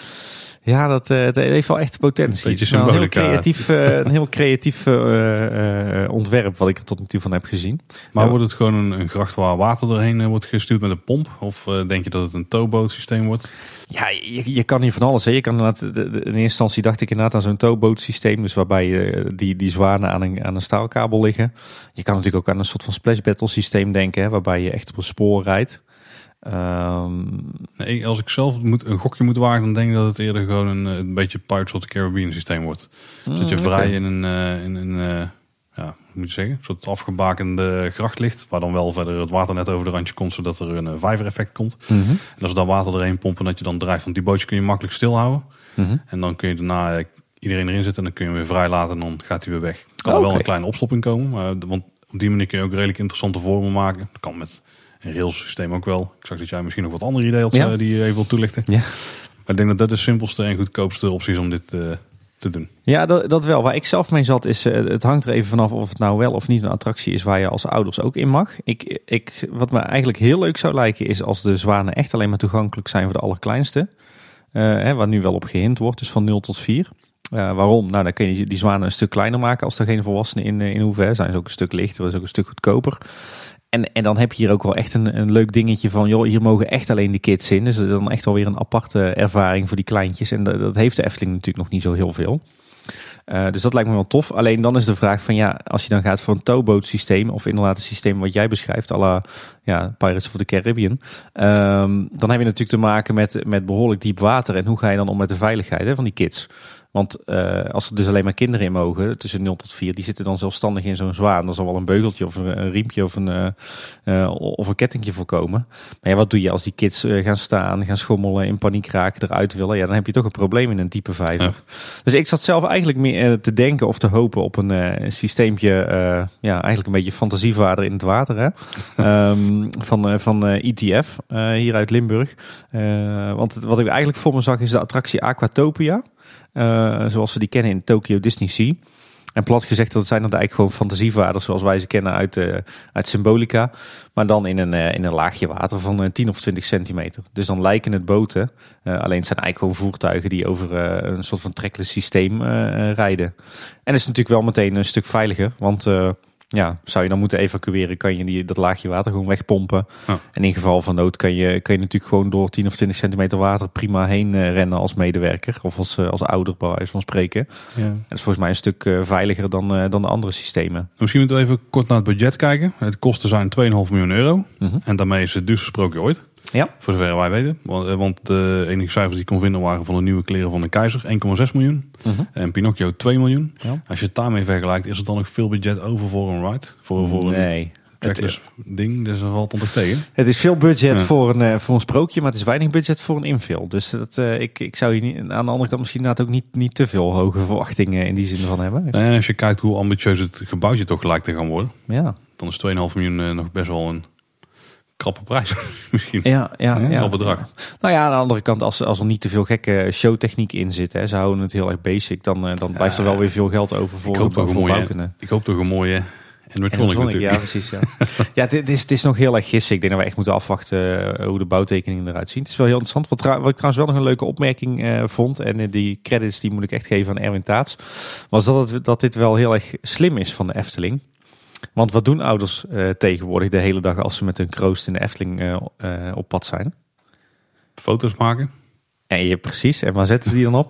het heeft wel echt potentie. Het is een heel creatief ontwerp wat ik er tot nu toe van heb gezien. Maar wordt het gewoon een gracht waar water doorheen wordt gestuurd met een pomp? Of denk je dat het een towbootsysteem wordt? Ja, je kan hier van alles. Hè. Je kan inderdaad, in eerste instantie dacht ik inderdaad aan zo'n towbootsysteem. Dus waarbij die zwanen aan een staalkabel liggen. Je kan natuurlijk ook aan een soort van splash battle systeem denken. Hè, waarbij je echt op een spoor rijdt. Als ik zelf een gokje moet wagen, dan denk ik dat het eerder gewoon een beetje Pirates of the Caribbean systeem wordt. Dus dat je vrij in een moet je zeggen, een soort afgebakende gracht ligt, waar dan wel verder het water net over de randje komt, zodat er een vijvereffect komt. Mm-hmm. En als we daar water doorheen pompen, dat je dan drijft, want die bootjes kun je makkelijk stilhouden. Mm-hmm. En dan kun je daarna iedereen erin zetten en dan kun je hem weer vrij laten en dan gaat hij weer weg. Er kan er wel een kleine opstopping komen, want op die manier kun je ook redelijk interessante vormen maken. Dat kan met een railsysteem ook wel. Ik zag dat jij misschien nog wat andere ideeën had die je even wil toelichten. Ja. Maar ik denk dat dat de simpelste en goedkoopste optie is om dit te doen. Ja, dat wel. Waar ik zelf mee zat is, het hangt er even vanaf of het nou wel of niet een attractie is waar je als ouders ook in mag. Wat me eigenlijk heel leuk zou lijken is als de zwanen echt alleen maar toegankelijk zijn voor de allerkleinste. Waar nu wel op gehind wordt, dus van 0 tot 4. Waarom? Nou, dan kun je die zwanen een stuk kleiner maken als er geen volwassenen in hoeven. Zijn ze ook een stuk lichter, dat is ook een stuk goedkoper. En dan heb je hier ook wel echt een leuk dingetje van, joh, hier mogen echt alleen de kids in. Dus dat is dan echt wel weer een aparte ervaring voor die kleintjes. En dat heeft de Efteling natuurlijk nog niet zo heel veel. Dus dat lijkt me wel tof. Alleen dan is de vraag van, als je dan gaat voor een towboat systeem, of inderdaad een systeem wat jij beschrijft, à la Pirates of the Caribbean. Dan heb je natuurlijk te maken met behoorlijk diep water. En hoe ga je dan om met de veiligheid van die kids? Want als er dus alleen maar kinderen in mogen, tussen 0 tot 4, die zitten dan zelfstandig in zo'n zwaan. Dan zal wel een beugeltje of een riempje of een kettingje voorkomen. Maar wat doe je als die kids gaan staan, gaan schommelen, in paniek raken, eruit willen? Ja, dan heb je toch een probleem in een diepe vijver. Ja. Dus ik zat zelf eigenlijk meer te denken of te hopen op een systeempje, eigenlijk een beetje fantasievader in het water. Hè? van ETF, hier uit Limburg. Want wat ik eigenlijk voor me zag is de attractie Aquatopia. Zoals we die kennen in Tokyo Disney Sea. En plat gezegd, dat zijn dat eigenlijk gewoon fantasievaders zoals wij ze kennen uit Symbolica. Maar dan in een laagje water van 10 of 20 centimeter. Dus dan lijken het boten. Alleen het zijn eigenlijk gewoon voertuigen die over een soort van trackless systeem rijden. En het is natuurlijk wel meteen een stuk veiliger. Want zou je dan moeten evacueren, kan je dat laagje water gewoon wegpompen. Ja. En in geval van nood kan je natuurlijk gewoon door 10 of 20 centimeter water prima heen rennen als medewerker. Of als ouder, bij wijze van spreken. Ja. En dat is volgens mij een stuk veiliger dan de andere systemen. Misschien moeten we even kort naar het budget kijken. Het kosten zijn 2,5 miljoen euro. Mm-hmm. En daarmee is het duurste sprookje ooit. Ja. Voor zover wij weten. Want de enige cijfers die ik kon vinden waren van de nieuwe kleren van de keizer. 1,6 miljoen. Mm-hmm. En Pinocchio 2 miljoen. Ja. Als je het daarmee vergelijkt, is er dan nog veel budget over voor een ride? Voor een trackless ding, dus dat valt dan toch tegen? Het is veel budget voor een sprookje, maar het is weinig budget voor een infill. Dus ik zou hier niet, aan de andere kant misschien ook niet te veel hoge verwachtingen in die zin van hebben. En als je kijkt hoe ambitieus het gebouwtje toch gelijk te gaan worden. Ja. Dan is 2,5 miljoen nog best wel een krappe prijs misschien. Ja. Krap bedrag. Nou ja, aan de andere kant, als er niet te veel gekke showtechniek in zit, ze houden het heel erg basic, dan blijft er wel weer veel geld over voor bouwkunde. Ik hoop toch een mooie animatronic natuurlijk. Ja, precies. Ja, het is nog heel erg gissen. Ik denk dat we echt moeten afwachten hoe de bouwtekeningen eruit zien. Het is wel heel interessant. Wat ik trouwens wel nog een leuke opmerking vond, en die credits die moet ik echt geven aan Erwin Taats, was dat dit wel heel erg slim is van de Efteling. Want wat doen ouders tegenwoordig de hele dag als ze met hun kroost in de Efteling op pad zijn? Foto's maken. Precies. En waar zetten ze die dan op?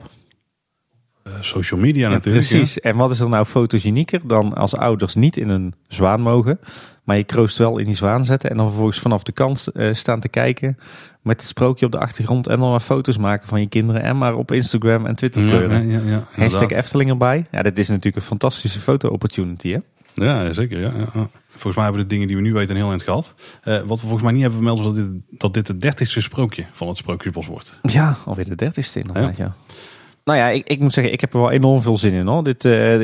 Social media natuurlijk. Precies. Ja. En wat is er nou fotogenieker dan als ouders niet in een zwaan mogen, maar je kroost wel in die zwaan zetten en dan vervolgens vanaf de kant staan te kijken met het sprookje op de achtergrond en dan maar foto's maken van je kinderen en maar op Instagram en Twitter pleuren. Ja, Hashtag Efteling erbij. Ja, dit is natuurlijk een fantastische foto-opportunity, hè? Ja, zeker. Ja. Volgens mij hebben we de dingen die we nu weten een heel eind gehad. Wat we volgens mij niet hebben vermeld is dat dit het 30ste sprookje van het Sprookjesbos wordt. Ja, alweer de 30ste inderdaad, ja. Nou ja, ik moet zeggen, ik heb er wel enorm veel zin in, hoor. Dit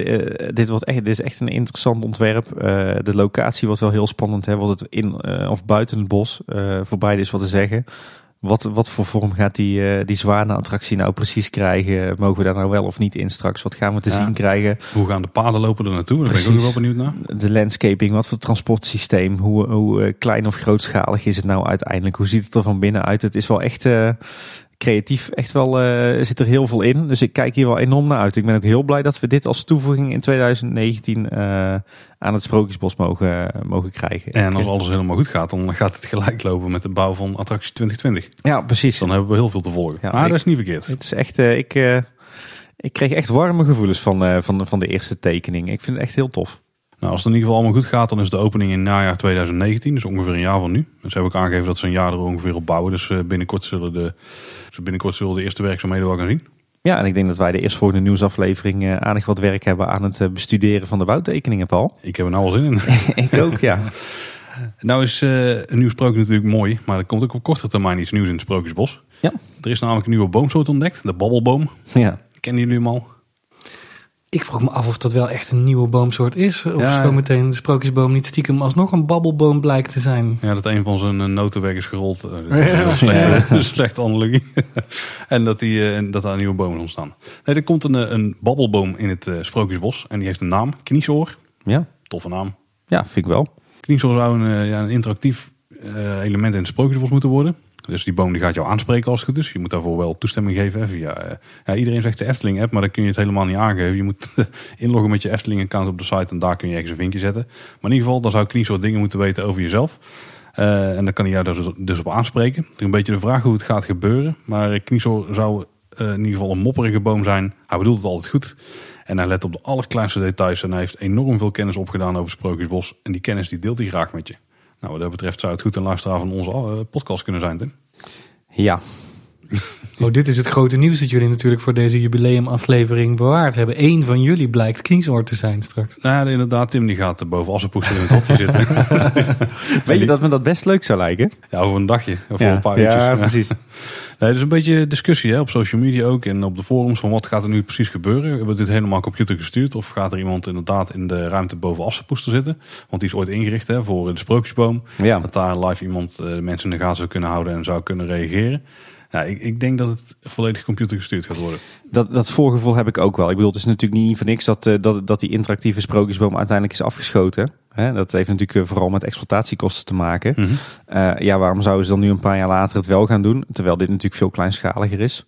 is echt een interessant ontwerp. De locatie wordt wel heel spannend, hè. Wordt het in of buiten het bos? Voor beide is wat te zeggen. Wat voor vorm gaat die zwanenattractie nou precies krijgen? Mogen we daar nou wel of niet in straks? Wat gaan we te zien krijgen? Hoe gaan de paden lopen er naartoe? Daar ben ik ook wel benieuwd naar. De landscaping, wat voor transportsysteem? Hoe klein of grootschalig is het nou uiteindelijk? Hoe ziet het er van binnen uit? Het is wel echt creatief, echt wel zit er heel veel in. Dus ik kijk hier wel enorm naar uit. Ik ben ook heel blij dat we dit als toevoeging in 2019 aan het Sprookjesbos mogen krijgen. En als alles helemaal goed gaat, dan gaat het gelijk lopen met de bouw van attractie 2020. Ja, precies. Dan hebben we heel veel te volgen. Ja, maar dat is niet verkeerd. Het is echt, ik kreeg echt warme gevoelens van de eerste tekening. Ik vind het echt heel tof. Nou, als het in ieder geval allemaal goed gaat, dan is de opening in najaar 2019. Dus ongeveer een jaar van nu. Dus heb ik aangegeven dat ze een jaar er ongeveer op bouwen. Dus binnenkort zullen de eerste werkzaamheden wel gaan zien. Ja, en ik denk dat wij de eerstvolgende nieuwsaflevering aardig wat werk hebben aan het bestuderen van de bouwtekeningen, Paul. Ik heb er nou al zin in. Ik ook, ja. Nou is een nieuw sprookje natuurlijk mooi, maar er komt ook op korte termijn iets nieuws in het Sprookjesbos. Ja. Er is namelijk een nieuwe boomsoort ontdekt, de babbelboom. Ja. Kennen jullie hem al? Ik vroeg me af of dat wel echt een nieuwe boomsoort is. Of zo meteen de sprookjesboom niet stiekem alsnog een babbelboom blijkt te zijn. Ja, dat een van zijn noten weg is gerold. Slechte analogie. En dat daar nieuwe bomen ontstaan. Nee, er komt een babbelboom in het Sprookjesbos. En die heeft een naam. Kniesoor. Ja. Toffe naam. Ja, vind ik wel. Kniesoor zou een interactief element in het Sprookjesbos moeten worden. Dus die boom die gaat jou aanspreken als het goed is. Je moet daarvoor wel toestemming geven. Via, iedereen zegt de Efteling app, maar dan kun je het helemaal niet aangeven. Je moet inloggen met je Efteling account op de site en daar kun je ergens een vinkje zetten. Maar in ieder geval, dan zou Kniesoor dingen moeten weten over jezelf. En dan kan hij jou dus op aanspreken. Het is een beetje de vraag hoe het gaat gebeuren. Maar Kniesoor zou in ieder geval een mopperige boom zijn. Hij bedoelt het altijd goed. En hij let op de allerkleinste details. En hij heeft enorm veel kennis opgedaan over het Sprookjesbos. En die kennis die deelt hij graag met je. Nou, wat dat betreft zou het goed een luisteraar van onze podcast kunnen zijn, Tim. Ja. Dit is het grote nieuws dat jullie natuurlijk voor deze jubileumaflevering bewaard hebben. Eén van jullie blijkt Kniesoor te zijn straks. Nou, inderdaad, Tim die gaat boven Assenpoester in het hokje zitten. Weet je dat me dat best leuk zou lijken? Ja, over een dagje. Of voor een paar uurtjes. Ja, precies. Nee, er is een beetje discussie op social media ook en op de forums van wat gaat er nu precies gebeuren. Wordt dit helemaal computer gestuurd of gaat er iemand inderdaad in de ruimte boven Assenpoester zitten? Want die is ooit ingericht voor de Sprookjesboom. Ja. Dat daar live iemand de mensen in de gaten zou kunnen houden en zou kunnen reageren. Ja, ik denk dat het volledig computergestuurd gaat worden. Dat voorgevoel heb ik ook wel. Ik bedoel, het is natuurlijk niet voor niks dat die interactieve sprookjesboom uiteindelijk is afgeschoten. Dat heeft natuurlijk vooral met exploitatiekosten te maken. Mm-hmm. Waarom zouden ze dan nu een paar jaar later het wel gaan doen? Terwijl dit natuurlijk veel kleinschaliger is.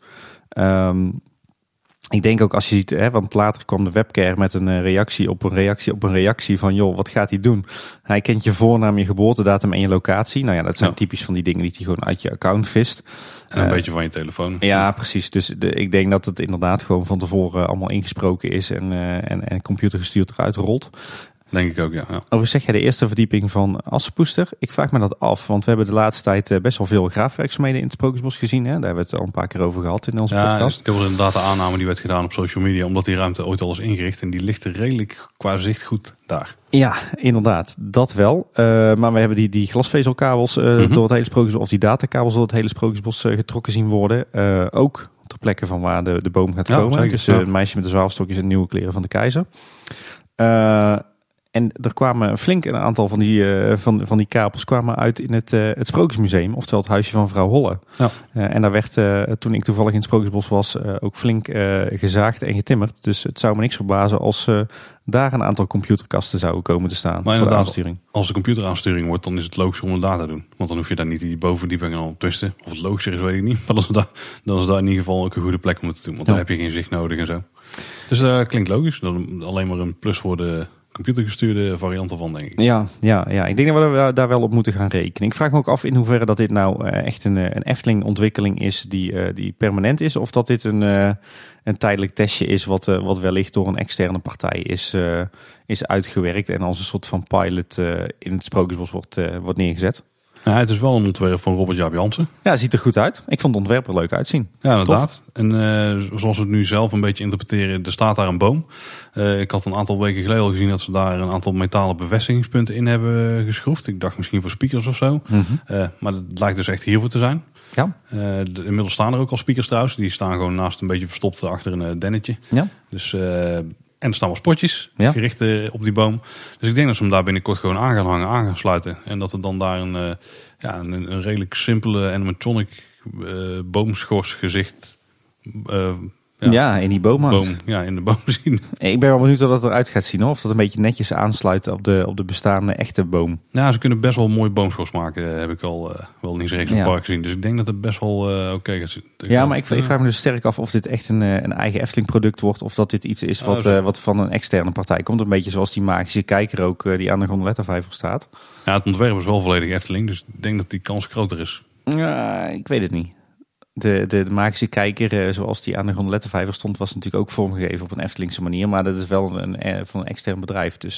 Ik denk ook als je ziet, want later kwam de webcare met een reactie op een reactie van, joh, wat gaat hij doen? Hij kent je voornaam, je geboortedatum en je locatie. Nou ja, dat zijn typisch van die dingen die hij gewoon uit je account vist. En een beetje van je telefoon. Ja, precies. Dus ik denk dat het inderdaad gewoon van tevoren allemaal ingesproken is en computergestuurd eruit rolt. Denk ik ook, ja. Overigens zeg jij de eerste verdieping van Assepoester. Ik vraag me dat af, want we hebben de laatste tijd best wel veel graafwerkzaamheden in het Sprookjesbos gezien. Hè? Daar hebben we het al een paar keer over gehad in onze podcast. Dat was inderdaad de aanname die werd gedaan op social media, omdat die ruimte ooit al is ingericht en die ligt er redelijk qua zicht goed daar. Ja, inderdaad. Dat wel. Maar we hebben die glasvezelkabels door het hele Sprookjesbos, of die datakabels door het hele Sprookjesbos getrokken zien worden. Ook ter plekke van waar de boom gaat komen. Zeker, dus een meisje met de zwavelstokjes en nieuwe kleren van de keizer. En er kwamen flink een aantal van die kabels kwamen uit in het Sprookjesmuseum, oftewel het huisje van mevrouw Holle. Ja. En daar werd, toen ik toevallig in het Sprookjesbos was, ook flink gezaagd en getimmerd. Dus het zou me niks verbazen als daar een aantal computerkasten zouden komen te staan. Maar inderdaad, als de computeraansturing wordt, dan is het logisch om het daar te doen. Want dan hoef je daar niet die bovenverdieping al tussen. Of het logischer is, weet ik niet. Maar dan is daar in ieder geval ook een goede plek om het te doen. Want dan heb je geen zicht nodig en zo. Dus dat klinkt logisch. Dan alleen maar een plus voor de computergestuurde varianten van, denk ik. Ja. Ik denk dat we daar wel op moeten gaan rekenen. Ik vraag me ook af in hoeverre dat dit nou echt een Efteling-ontwikkeling is die permanent is. Of dat dit een tijdelijk testje is wat wellicht door een externe partij is uitgewerkt. En als een soort van pilot in het Sprookjesbos wordt neergezet. Ja, het is wel een ontwerp van Robert Jaap Jansen. Ja, het ziet er goed uit. Ik vond het ontwerp er leuk uitzien. Ja, inderdaad. Tof. En zoals we het nu zelf een beetje interpreteren, er staat daar een boom. Ik had een aantal weken geleden al gezien dat ze daar een aantal metalen bevestigingspunten in hebben geschroefd. Ik dacht misschien voor speakers of zo. Mm-hmm. Maar het lijkt dus echt hiervoor te zijn. Ja. Inmiddels staan er ook al speakers trouwens. Die staan gewoon naast een beetje verstopt achter een dennetje. Ja. Dus... En er staan wel spotjes gericht op die boom. Dus ik denk dat ze hem daar binnenkort gewoon aan gaan hangen, aan gaan sluiten. En dat er dan daar een redelijk simpele animatronic boomschorsgezicht... in die boom in de boom zien. Ik ben wel benieuwd hoe dat eruit gaat zien. Hoor. Of dat een beetje netjes aansluit op de bestaande echte boom. Ja, ze kunnen best wel een mooi boomschors maken. Heb ik al wel in zo'n park gezien. Dus ik denk dat het best wel oké gaat zien. Ja, maar ik vraag me dus sterk af of dit echt een eigen Efteling product wordt. Of dat dit iets is wat van een externe partij komt. Een beetje zoals die magische kijker ook die aan de gondolettenvijver staat. Ja, het ontwerp is wel volledig Efteling. Dus ik denk dat die kans groter is. Ik weet het niet. De magische kijker, zoals die aan de gondolettenvijver stond, was natuurlijk ook vormgegeven op een Eftelingse manier. Maar dat is wel van een extern bedrijf. Dus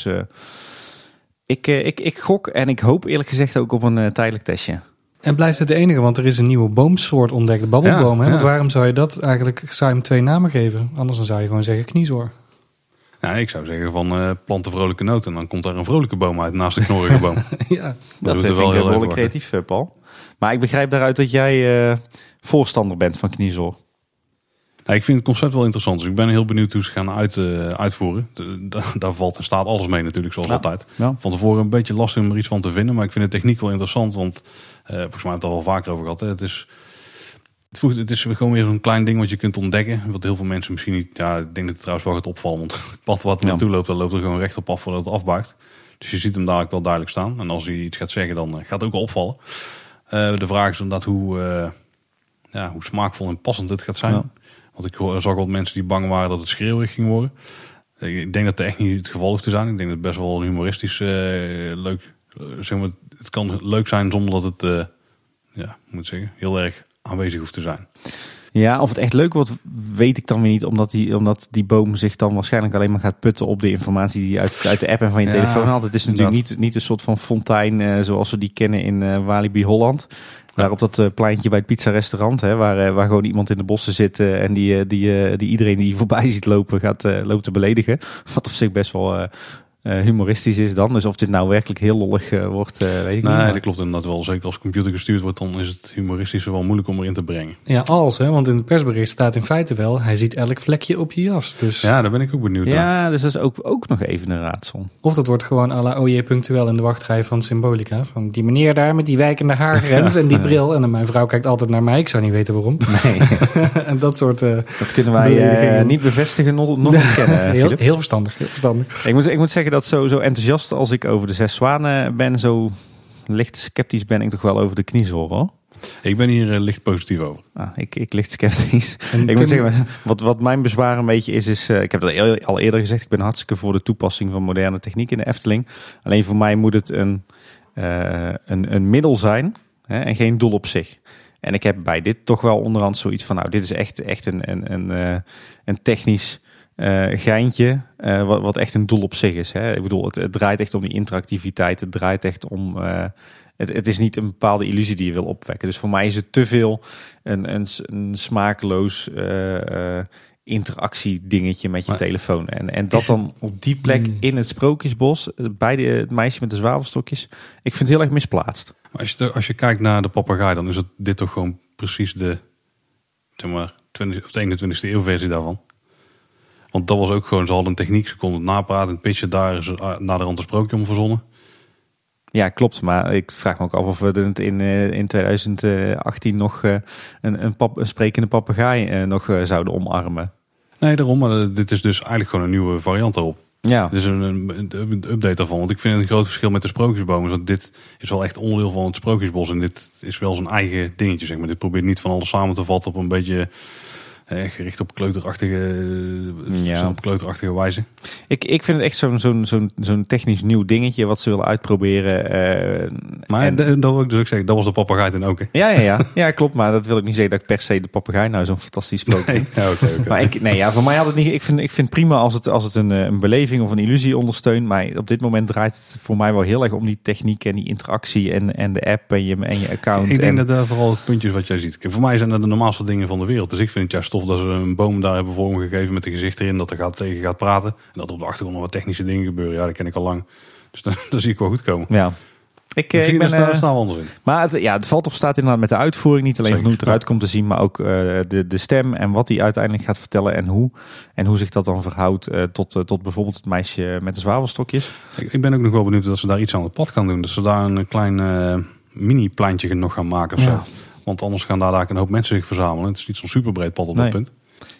ik gok en ik hoop eerlijk gezegd ook op een tijdelijk testje. En blijft het de enige, want er is een nieuwe boomsoort ontdekt, de babbelboom. Want waarom zou je dat eigenlijk, zou je hem 2 namen geven? Anders dan zou je gewoon zeggen kniezoor. Nou, ik zou zeggen van plant een vrolijke noot en dan komt daar een vrolijke boom uit naast de knorrige boom. Ja, dat vind ik wel heel creatief, Paul. Maar ik begrijp daaruit dat jij voorstander bent van kniezoor. Ja, ik vind het concept wel interessant. Dus ik ben heel benieuwd hoe ze gaan uitvoeren. Daar valt en staat alles mee natuurlijk, zoals altijd. Ja. Van tevoren een beetje lastig om er iets van te vinden. Maar ik vind de techniek wel interessant. Want volgens mij hebben we het al wel vaker over gehad. Hè. Het is gewoon weer zo'n klein ding wat je kunt ontdekken. Wat heel veel mensen misschien niet... Ja, ik denk dat het trouwens wel gaat opvallen. Want het pad wat er naartoe loopt, dat loopt er gewoon recht op af voordat het afbuigt. Dus je ziet hem dadelijk wel duidelijk staan. En als hij iets gaat zeggen, dan gaat het ook wel opvallen. De vraag is inderdaad hoe smaakvol en passend het gaat zijn. Ja. Want ik zag wel mensen die bang waren dat het schreeuwerig ging worden. Ik denk dat dat echt niet het geval hoeft te zijn. Ik denk dat het best wel humoristisch leuk... zeg maar, het kan leuk zijn zonder dat het heel erg aanwezig hoeft te zijn. Ja, of het echt leuk wordt, weet ik dan weer niet. Omdat die boom zich dan waarschijnlijk alleen maar gaat putten op de informatie die je uit de app en van je telefoon haalt. Het is natuurlijk niet een soort van fontein zoals we die kennen in Walibi Holland. Daar op dat pleintje bij het pizza-restaurant, waar gewoon iemand in de bossen zit en die iedereen die voorbij ziet lopen loopt te beledigen. Wat op zich best wel humoristisch is dan. Dus of dit nou werkelijk heel lollig wordt, weet ik niet. Nee, dat klopt inderdaad wel. Zeker als computer gestuurd wordt, dan is het humoristische wel moeilijk om erin te brengen. Ja, want in het persbericht staat in feite wel, hij ziet elk vlekje op je jas. Dus... Ja, daar ben ik ook benieuwd naar. Ja, dus dat is ook nog even een raadsel. Of dat wordt gewoon à la OJ Punctueel in de wachtrij van Symbolica. Van die meneer daar met die wijkende haargrens en die bril. En dan mijn vrouw kijkt altijd naar mij, ik zou niet weten waarom. Nee. En dat soort... dat kunnen wij niet bevestigen, nog ontkennen. Heel verstandig. Ik moet zeggen dat zo enthousiast als ik over de 6 zwanen ben, zo licht sceptisch ben ik toch wel over de kniezoor, hoor. Ik ben hier licht positief over. Ik licht sceptisch. Ik moet zeggen, wat mijn bezwaar een beetje is ik heb dat al eerder gezegd, ik ben hartstikke voor de toepassing van moderne techniek in de Efteling. Alleen voor mij moet het een middel zijn, hè, en geen doel op zich. En ik heb bij dit toch wel onderhand zoiets van, nou, dit is echt een technisch geintje, wat echt een doel op zich is. Hè. Ik bedoel, het draait echt om die interactiviteit. Het draait echt om... Het is niet een bepaalde illusie die je wil opwekken. Dus voor mij is het te veel een smakeloos interactiedingetje met je telefoon. En dat dan op die plek in het Sprookjesbos, bij het meisje met de zwavelstokjes. Ik vind het heel erg misplaatst. Maar als je kijkt naar de papegaai, dan is dit toch gewoon precies de 21e eeuw versie daarvan. Want dat was ook gewoon, ze hadden een techniek, ze konden het napraten, het pitchen, daar is naderhand een sprookje om verzonnen. Ja, klopt. Maar ik vraag me ook af of we het in 2018 nog een sprekende papegaai nog zouden omarmen. Nee, daarom. Maar dit is dus eigenlijk gewoon een nieuwe variant daarop. Ja. Dit is een update daarvan. Want ik vind het een groot verschil met de sprookjesbomen. Want dit is wel echt onderdeel van het Sprookjesbos. En dit is wel zijn eigen dingetje, zeg maar. Dit probeert niet van alles samen te vatten op een beetje... gericht op kleuterachtige wijze. Ik vind het echt zo'n technisch nieuw dingetje wat ze willen uitproberen. Maar dat wil ik dus ook zeggen, dat was de papegaai dan ook. Hè? Ja, klopt. Maar dat wil ik niet zeggen dat ik per se de papegaai nou zo'n fantastisch sprookje vind. Nee, okay. Maar voor mij had het niet. Ik vind het prima als het een beleving of een illusie ondersteunt. Maar op dit moment draait het voor mij wel heel erg om die techniek en die interactie en de app en je account. Ik denk dat daar vooral het puntje is wat jij ziet. Voor mij zijn dat de normaalste dingen van de wereld. Dus ik vind het juist tof dat ze een boom daar hebben vormgegeven met een gezicht erin, dat er tegen gaat praten. En dat er op de achtergrond nog wat technische dingen gebeuren. Ja, dat ken ik al lang. Dus dat zie ik wel goed komen. Ja. Ik ben daar staan we anders in. Maar het valt of staat inderdaad met de uitvoering. Niet alleen van hoe het eruit komt te zien, maar ook de stem en wat hij uiteindelijk gaat vertellen en hoe zich dat dan verhoudt tot bijvoorbeeld het meisje met de zwavelstokjes. Ik ben ook nog wel benieuwd dat ze daar iets aan het pad gaan doen. Dat ze daar een klein mini-pleintje nog gaan maken of zo. Want anders gaan daar een hoop mensen zich verzamelen. Het is niet zo'n superbreed pad op dat punt.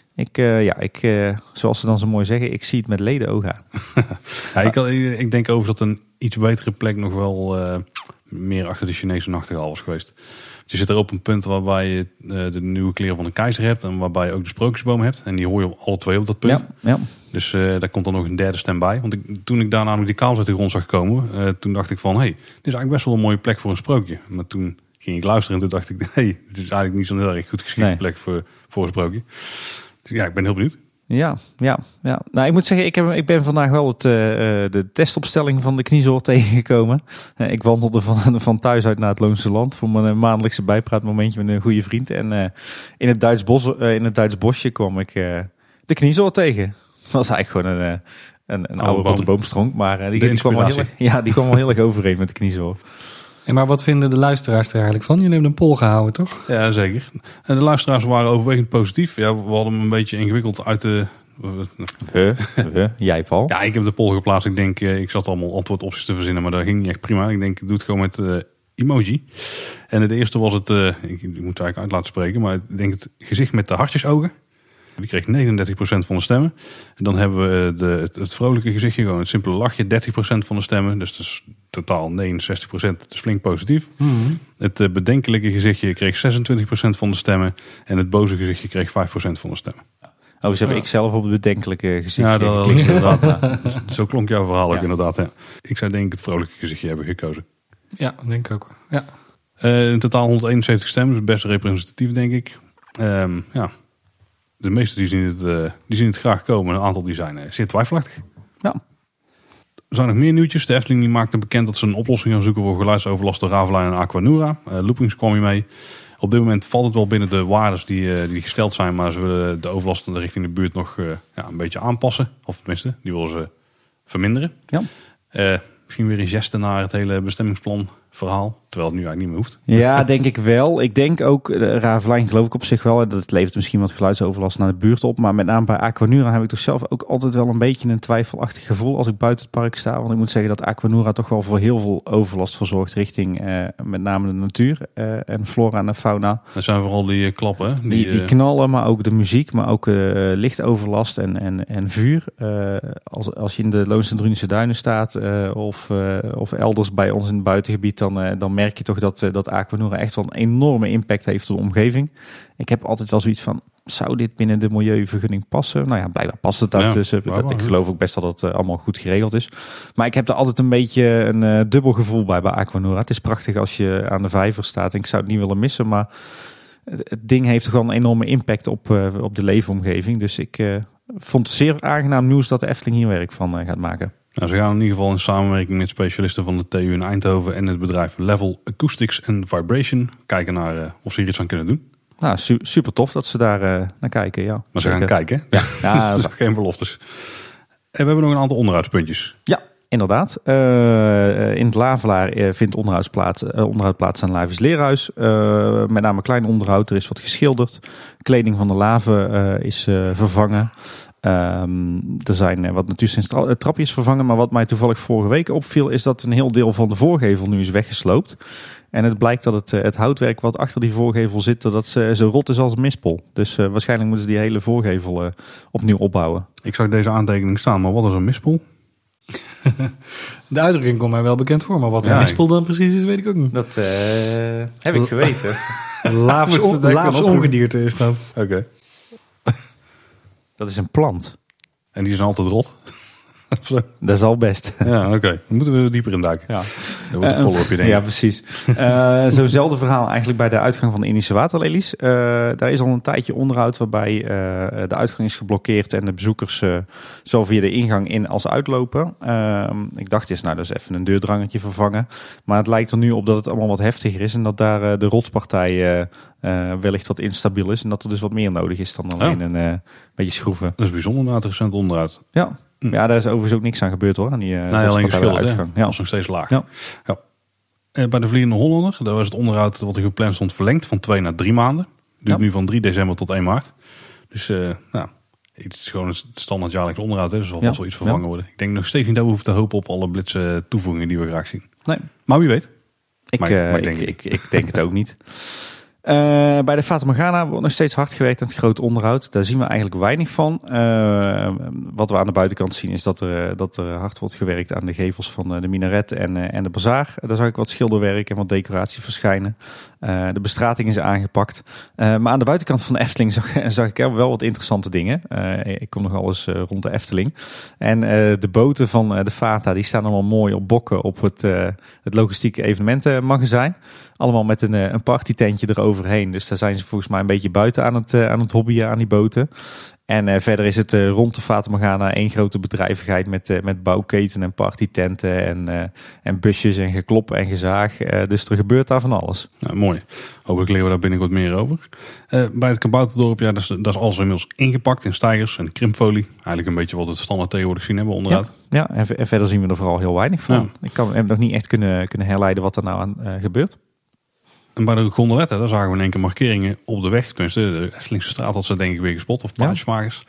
Zoals ze dan zo mooi zeggen, ik zie het met ledenogen aan. Ik denk over dat een iets betere plek nog wel meer achter de Chinese nachtegaal was geweest. Je zit er op een punt waarbij je de nieuwe kleren van de keizer hebt en waarbij je ook de sprookjesboom hebt. En die hoor je alle twee op dat punt. Ja. Dus daar komt dan nog een derde stem bij. Want toen ik daar namelijk die kabels uit de grond zag komen, toen dacht ik van, dit is eigenlijk best wel een mooie plek voor een sprookje. Maar toen ging ik luisteren en toen dacht ik, dit is eigenlijk niet zo'n heel erg goed geschikte plek voor een sprookje. Dus ja, ik ben heel benieuwd. Ja. Nou, ik moet zeggen, ik ben vandaag wel de testopstelling van de kniezoor tegengekomen. Ik wandelde van thuis uit naar het Loonse Land voor mijn maandelijkse bijpraatmomentje met een goede vriend. En in het Duits bosje kwam ik de kniezoor tegen. Dat was eigenlijk gewoon een oude rotte boomstronk, maar die kwam wel heel erg overeen met de kniezoor. Maar wat vinden de luisteraars er eigenlijk van? Jullie hebben een poll gehouden, toch? Ja, zeker. En de luisteraars waren overwegend positief. Ja, we hadden hem een beetje ingewikkeld uit de... Jij, Paul? Ja, ik heb de poll geplaatst. Ik denk, ik zat allemaal antwoordopties te verzinnen, maar dat ging niet echt prima. Ik denk, ik doe het gewoon met emoji. En de eerste was het, ik moet het eigenlijk uit laten spreken, maar ik denk het gezicht met de hartjesogen. Die kreeg 39% van de stemmen. En dan hebben we het vrolijke gezichtje, gewoon het simpele lachje, 30% van de stemmen. Dus dat is totaal 69%. Dat is flink positief. Mm-hmm. Het bedenkelijke gezichtje kreeg 26% van de stemmen. En het boze gezichtje kreeg 5% van de stemmen. Oh, dus heb ik zelf op het bedenkelijke gezichtje. Ja, dat klinkt inderdaad. Zo klonk jouw verhaal ook inderdaad. Ja. Ik zou denk ik het vrolijke gezichtje hebben gekozen. Ja, denk ik ook. Ja. In totaal 171 stemmen, dus best representatief denk ik. De meesten die zien het graag komen. Een aantal die zijn zeer twijfelachtig. Ja. Er zijn nog meer nieuwtjes. De Efteling die maakte bekend dat ze een oplossing gaan zoeken voor geluidsoverlast door Ravelijn en Aquanura. Loopings kwam je mee. Op dit moment valt het wel binnen de waardes die gesteld zijn. Maar ze willen de overlast richting de buurt nog een beetje aanpassen. Of tenminste, die willen ze verminderen. Ja. Misschien weer een geste naar het hele bestemmingsplan verhaal. Terwijl het nu eigenlijk niet meer hoeft. Ja, denk ik wel. Ik denk ook, Ravelijn geloof ik op zich wel. Dat levert misschien wat geluidsoverlast naar de buurt op. Maar met name bij Aquanura heb ik toch zelf ook altijd wel een beetje een twijfelachtig gevoel als ik buiten het park sta. Want ik moet zeggen dat Aquanura toch wel voor heel veel overlast verzorgt richting met name de natuur en flora en fauna. Dat zijn vooral die klappen. Die knallen, maar ook de muziek, maar ook lichtoverlast en vuur. Als je in de Loonse Drunische Duinen staat of elders bij ons in het buitengebied, dan merk je toch dat Aquanura echt wel een enorme impact heeft op de omgeving. Ik heb altijd wel zoiets van, zou dit binnen de milieuvergunning passen? Nou ja, blijkbaar past het daartussen. Ik geloof ook best dat het allemaal goed geregeld is. Maar ik heb er altijd een beetje een dubbel gevoel bij Aquanura. Het is prachtig als je aan de vijver staat en ik zou het niet willen missen, maar het ding heeft toch wel een enorme impact op de leefomgeving. Dus ik vond het zeer aangenaam nieuws dat de Efteling hier werk van gaat maken. Nou, ze gaan in ieder geval in samenwerking met specialisten van de TU in Eindhoven en het bedrijf Level Acoustics and Vibration kijken naar of ze hier iets aan kunnen doen. Nou, super tof dat ze daar naar kijken, ja. Maar ze gaan kijken, hè? Ja, dat is geen beloftes. En we hebben nog een aantal onderhoudspuntjes. Ja, inderdaad. In het Lavelaar vindt onderhoud plaats aan Lavisch Leerhuis. Met name klein onderhoud, er is wat geschilderd. Kleding van de laven is vervangen. Er zijn wat natuurlijke trapjes vervangen, maar wat mij toevallig vorige week opviel is dat een heel deel van de voorgevel nu is weggesloopt. En het blijkt dat het houtwerk wat achter die voorgevel zit, dat zo rot is als een mispel. Dus waarschijnlijk moeten ze die hele voorgevel opnieuw opbouwen. Ik zag deze aantekening staan, maar wat is een mispel? De uitdrukking komt mij wel bekend voor, maar wat een mispel dan precies is, weet ik ook niet. Dat heb ik geweten. Laafs ongedierte is dat. Oké. Dat is een plant. En die zijn altijd rot? Dat is al best. Ja, oké. Dan moeten we dieper in duiken. Ja. Dat wordt een follow-upje, denk ik. Ja, precies. Zo'nzelfde verhaal eigenlijk bij de uitgang van de Indische waterlelies. Daar is al een tijdje onderhoud waarbij de uitgang is geblokkeerd en de bezoekers zowel via de ingang in als uitlopen. Ik dacht eens, dus even een deurdrangertje vervangen. Maar het lijkt er nu op dat het allemaal wat heftiger is en dat daar de rotspartij wellicht wat instabiel is. En dat er dus wat meer nodig is dan alleen een beetje schroeven. Dat is bijzonder na het recent onderhoud. Ja. Ja, daar is overigens ook niks aan gebeurd hoor. Aan die alleen geschilderd, ja. Dat is nog steeds laag. Ja. Bij de Vliegende Hollander, daar was het onderhoud wat er gepland stond verlengd van 2 naar 3 maanden. Duurt nu van 3 december tot 1 maart. Dus het is gewoon het standaard jaarlijks onderhoud. Hè, dus zal vast wel iets vervangen worden. Ik denk nog steeds niet dat we hoeven te hopen op alle blitse toevoegingen die we graag zien. Nee. Maar wie weet. Ik denk het ook niet. Bij de Fata Morgana wordt nog steeds hard gewerkt aan het grote onderhoud. Daar zien we eigenlijk weinig van. Wat we aan de buitenkant zien is dat er hard wordt gewerkt aan de gevels van de minaret en de bazaar. Daar zag ik wat schilderwerk en wat decoratie verschijnen. De bestrating is aangepakt. Maar aan de buitenkant van de Efteling zag ik er wel wat interessante dingen. Ik kom nog eens rond de Efteling. En de boten van de Fata die staan allemaal mooi op bokken op het logistieke evenementenmagazijn. Allemaal met een partytentje eroverheen. Dus daar zijn ze volgens mij een beetje buiten aan het hobbyen aan die boten. En verder is het rond de Fata Morgana één grote bedrijvigheid met bouwketen en partytenten en busjes en geklop en gezaag. Dus er gebeurt daar van alles. Ja, mooi. Hopelijk leren we daar binnenkort meer over. Bij het Kabouterdorp, dat is alles inmiddels ingepakt in steigers en krimpfolie. Eigenlijk een beetje wat we het standaard tegenwoordig zien hebben onderuit. Ja, en verder zien we er vooral heel weinig van. Ja. Ik heb nog niet echt kunnen herleiden wat er nou aan gebeurt. En bij de gondoletten, daar zagen we in één keer markeringen op de weg. Tenminste, de Eftelingse straat had ze denk ik weer gespot, of paardjesmakers.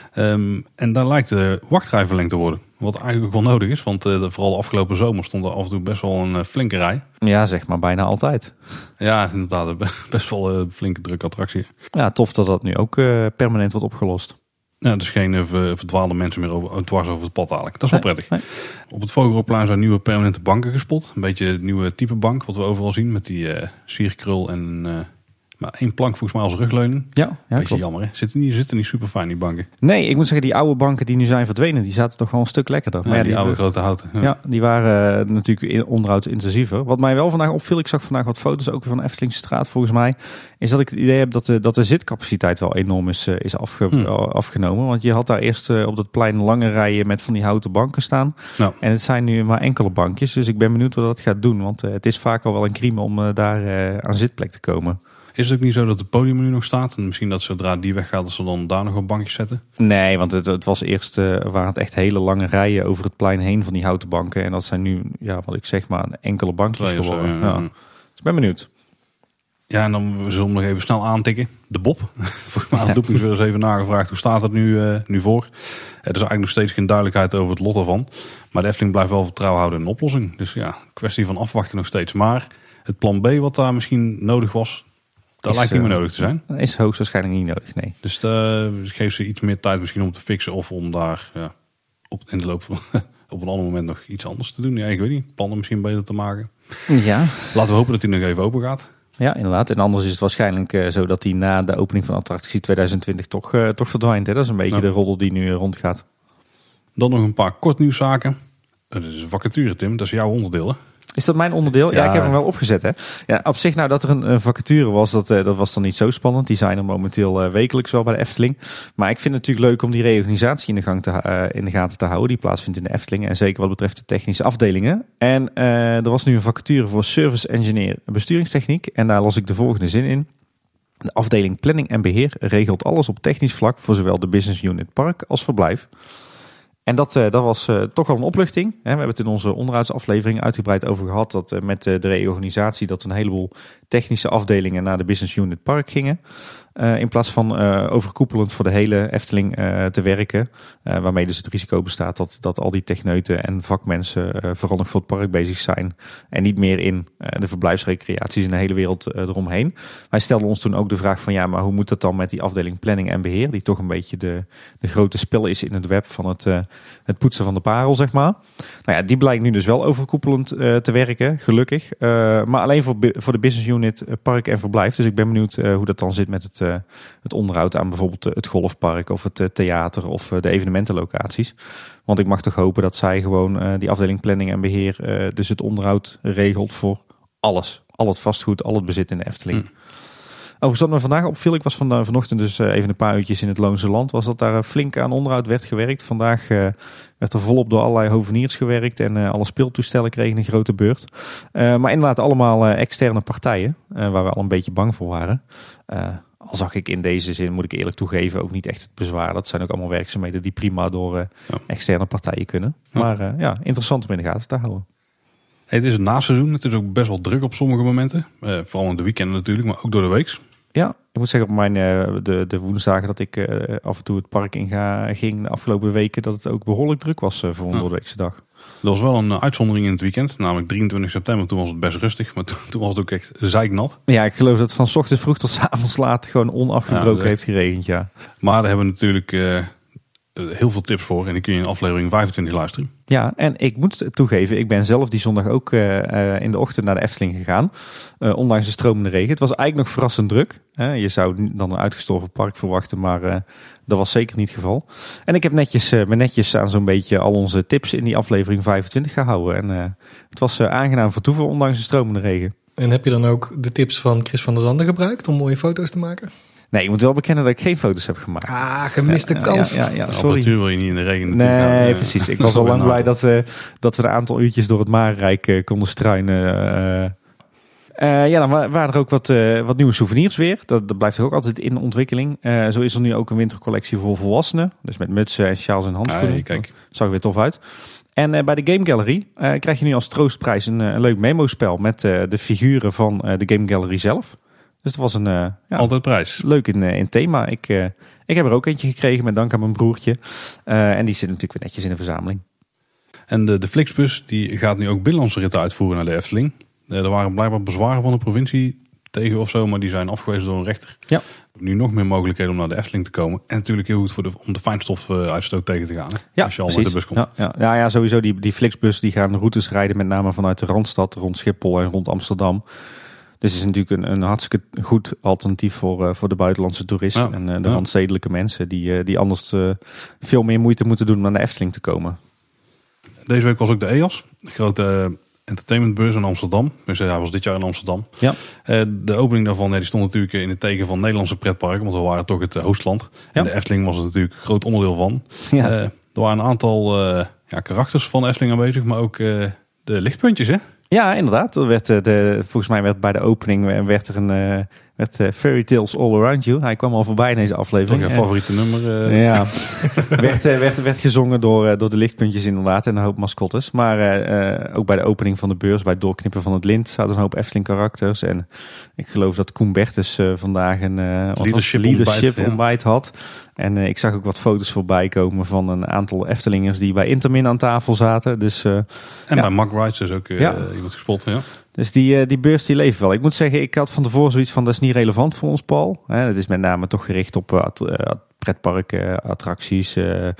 En daar lijkt de wachtrij verlengd te worden. Wat eigenlijk ook wel nodig is, want vooral de afgelopen zomer stond er af en toe best wel een flinke rij. Ja, zeg maar bijna altijd. Ja, inderdaad, best wel een flinke drukke attractie. Ja, tof dat dat nu ook permanent wordt opgelost. Ja, dus geen verdwaalde mensen meer dwars over het pad eigenlijk. Dat is wel prettig. Nee. Op het Vogelrokplein zijn nieuwe permanente banken gespot. Een beetje het nieuwe type bank wat we overal zien. Met die sierkrul en maar 1 plank volgens mij als rugleuning. Ja, beetje klopt. Jammer hè. Zitten niet super fijn die banken. Nee, ik moet zeggen die oude banken die nu zijn verdwenen, die zaten toch wel een stuk lekkerder. Ja, maar die oude grote houten. Ja, die waren natuurlijk onderhoudsintensiever. Wat mij wel vandaag opviel, ik zag vandaag wat foto's ook van Eftelingse straat volgens mij, is dat ik het idee heb dat de zitcapaciteit wel enorm is afgenomen. Want je had daar eerst op dat plein lange rijen met van die houten banken staan. Ja. En het zijn nu maar enkele bankjes. Dus ik ben benieuwd wat dat gaat doen. Want het is vaak al wel een crime om daar aan zitplek te komen. Is het ook niet zo dat het podium nu nog staat? En misschien dat zodra die weggaat, dat ze dan daar nog een bankje zetten? Nee, want het was eerst, waren het echt hele lange rijen over het plein heen van die houten banken. En dat zijn nu, wat ik zeg maar, enkele bankjes geworden. Ja. Dus ik ben benieuwd. Ja, en dan zullen we nog even snel aantikken. De Bob. Volgens mij aan het loopings weer eens even nagevraagd. Hoe staat het nu voor? Er is eigenlijk nog steeds geen duidelijkheid over het lot ervan. Maar de Efteling blijft wel vertrouwen houden in een oplossing. Dus ja, kwestie van afwachten nog steeds. Maar het plan B wat daar misschien nodig was, dat lijkt niet meer nodig te zijn. Is hoogstwaarschijnlijk niet nodig, nee. Dus geef ze iets meer tijd misschien om te fixen. Of om daar in de loop van op een ander moment nog iets anders te doen. Ja, ik weet niet. Plannen misschien beter te maken. Ja. Laten we hopen dat hij nog even open gaat. Ja, inderdaad. En anders is het waarschijnlijk zo dat hij na de opening van attractie 2020 toch verdwijnt. Hè? Dat is een beetje de roddel die nu rondgaat. Dan nog een paar kort nieuwszaken. Dat is een vacature, Tim. Dat is jouw onderdeel, hè? Is dat mijn onderdeel? Ja, ik heb hem wel opgezet. Hè? Ja, op zich, nou dat er een vacature was, dat was dan niet zo spannend. Die zijn er momenteel wekelijks wel bij de Efteling. Maar ik vind het natuurlijk leuk om die reorganisatie in de gaten te houden. Die plaatsvindt in de Efteling. En zeker wat betreft de technische afdelingen. En er was nu een vacature voor Service Engineer Besturingstechniek. En daar las ik de volgende zin in. De afdeling Planning en Beheer regelt alles op technisch vlak voor zowel de Business Unit Park als verblijf. En dat was toch wel een opluchting. We hebben het in onze onderhoudsaflevering uitgebreid over gehad. Dat met de reorganisatie dat een heleboel technische afdelingen naar de Business Unit Park gingen. In plaats van overkoepelend voor de hele Efteling te werken. Waarmee dus het risico bestaat dat al die techneuten en vakmensen vooral nog voor het park bezig zijn. En niet meer in de verblijfsrecreaties in de hele wereld eromheen. Wij stelden ons toen ook de vraag van ja, maar hoe moet dat dan met die afdeling planning en beheer? Die toch een beetje de grote spel is in het web van het poetsen van de parel, zeg maar. Nou ja, die blijkt nu dus wel overkoepelend te werken, gelukkig. Maar alleen voor de business unit park en verblijf. Dus ik ben benieuwd hoe dat dan zit met het onderhoud aan bijvoorbeeld het golfpark of het theater of de evenementenlocaties. Want ik mag toch hopen dat zij gewoon die afdeling planning en beheer dus het onderhoud regelt voor alles. Al het vastgoed, al het bezit in de Efteling. Overigens wat me vandaag opviel, ik was vanochtend dus even een paar uurtjes in het Loonse Land, was dat daar flink aan onderhoud werd gewerkt. Vandaag werd er volop door allerlei hoveniers gewerkt en alle speeltoestellen kregen een grote beurt. Maar inderdaad allemaal externe partijen, waar we al een beetje bang voor waren. Al zag ik in deze zin, moet ik eerlijk toegeven, ook niet echt het bezwaar. Dat zijn ook allemaal werkzaamheden die prima door externe partijen kunnen. Maar interessant om in de gaten te houden. Hey, het is het naseizoen. Het is ook best wel druk op sommige momenten. Vooral in de weekenden natuurlijk, maar ook door de week. Ja, ik moet zeggen op mijn de woensdagen dat ik af en toe het park in ging de afgelopen weken, dat het ook behoorlijk druk was voor een doordeweekse dag. Er was wel een uitzondering in het weekend, namelijk 23 september. Toen was het best rustig, maar toen was het ook echt zeiknat. Ja, ik geloof dat het van 's ochtends vroeg tot 's avonds laat gewoon onafgebroken heeft geregend, ja. Maar daar hebben we natuurlijk heel veel tips voor en die kun je in aflevering 25 luisteren. Ja, en ik moet toegeven, ik ben zelf die zondag ook in de ochtend naar de Efteling gegaan. Ondanks de stromende regen. Het was eigenlijk nog verrassend druk. Je zou dan een uitgestorven park verwachten, maar dat was zeker niet het geval. En ik heb netjes aan zo'n beetje al onze tips in die aflevering 25 gehouden. En het was aangenaam vertoeven, ondanks de stromende regen. En heb je dan ook de tips van Chris van der Zanden gebruikt om mooie foto's te maken? Nee, ik moet wel bekennen dat ik geen foto's heb gemaakt. Gemiste kans. Ja, de sorry. apparatuur wil je niet in de regen Nee, precies. Ik was al lang blij dat we een aantal uurtjes door het Marenrijk konden struinen. Dan waren er ook wat nieuwe souvenirs weer. Dat blijft ook altijd in ontwikkeling. Zo is er nu ook een wintercollectie voor volwassenen. Dus met mutsen en sjaals en handschoenen. Kijk. Zag er weer tof uit. En bij de Game Gallery krijg je nu als troostprijs een leuk memospel met de figuren van de Game Gallery zelf. Dus het was altijd prijs. Leuk in thema. Ik heb er ook eentje gekregen met dank aan mijn broertje. En die zit natuurlijk weer netjes in de verzameling. En de Flixbus die gaat nu ook binnenlandse ritten uitvoeren naar de Efteling. Er waren blijkbaar bezwaren van de provincie tegen of zo, maar die zijn afgewezen door een rechter. Ja. Nu nog meer mogelijkheden om naar de Efteling te komen. En natuurlijk heel goed om de fijnstofuitstoot tegen te gaan. Ja, als je al met de bus komt. Ja, sowieso die Flixbus die gaan routes rijden met name vanuit de Randstad, rond Schiphol en rond Amsterdam. Dus het is natuurlijk een hartstikke goed alternatief voor de buitenlandse toerist en de randstedelijke mensen die anders veel meer moeite moeten doen om naar de Efteling te komen. Deze week was ook de EAS, de grote entertainmentbeurs in Amsterdam. Dus hij was dit jaar in Amsterdam. Ja. De opening daarvan die stond natuurlijk in het teken van Nederlandse pretparken, want we waren toch het hostland. Ja. En de Efteling was er natuurlijk een groot onderdeel van. Ja. Er waren een aantal karakters van de Efteling aanwezig, maar ook de lichtpuntjes, hè? Ja, inderdaad. Volgens mij werd bij de opening werd er Fairy Tales All Around You. Hij kwam al voorbij in deze aflevering. Toch je favoriete nummer? Ja, werd gezongen door de lichtpuntjes inderdaad en een hoop mascottes. Maar ook bij de opening van de beurs, bij het doorknippen van het lint, zaten een hoop Efteling karakters. En ik geloof dat Koen Bertens vandaag een leadership ontbijt had. En ik zag ook wat foto's voorbij komen van een aantal Eftelingers die bij Intermin aan tafel zaten. Dus, bij Mack Rides is ook iemand gespot. Ja. Dus die beurs die leeft wel. Ik moet zeggen, ik had van tevoren zoiets van, dat is niet relevant voor ons, Paul. Het is met name toch gericht op pretparken, attracties,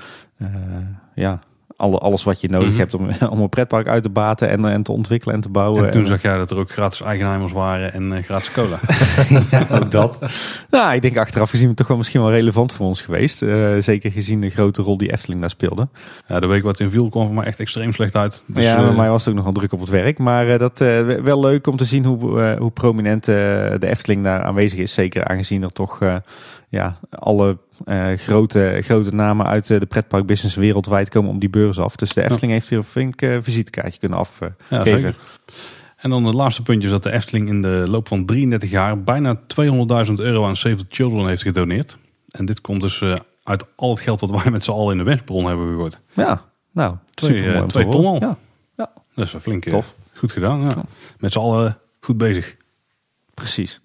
alles wat je nodig hebt om een pretpark uit te baten en te ontwikkelen en te bouwen. En toen zag jij dat er ook gratis eigenheimers waren en gratis cola. Ja, ook dat. Nou, ik denk achteraf gezien toch wel misschien wel relevant voor ons geweest. Zeker gezien de grote rol die Efteling daar speelde. Ja, de week wat in viel kwam voor mij echt extreem slecht uit. Dus, ja, bij mij was het ook nogal druk op het werk. Maar dat wel leuk om te zien hoe prominent de Efteling daar aanwezig is. Zeker aangezien er toch alle grote namen uit de pretparkbusiness wereldwijd komen om die beurs af. Dus de Efteling heeft hier een flink visitekaartje kunnen afgeven. En dan het laatste puntje is dat de Efteling in de loop van 33 jaar bijna €200.000 aan Save the Children heeft gedoneerd. En dit komt dus uit al het geld dat wij met z'n allen in de wensbron hebben gegooid. Ja, nou, 2 ton al. Ja. Dat is flink tof. Goed gedaan. Ja. Met z'n allen goed bezig. Precies.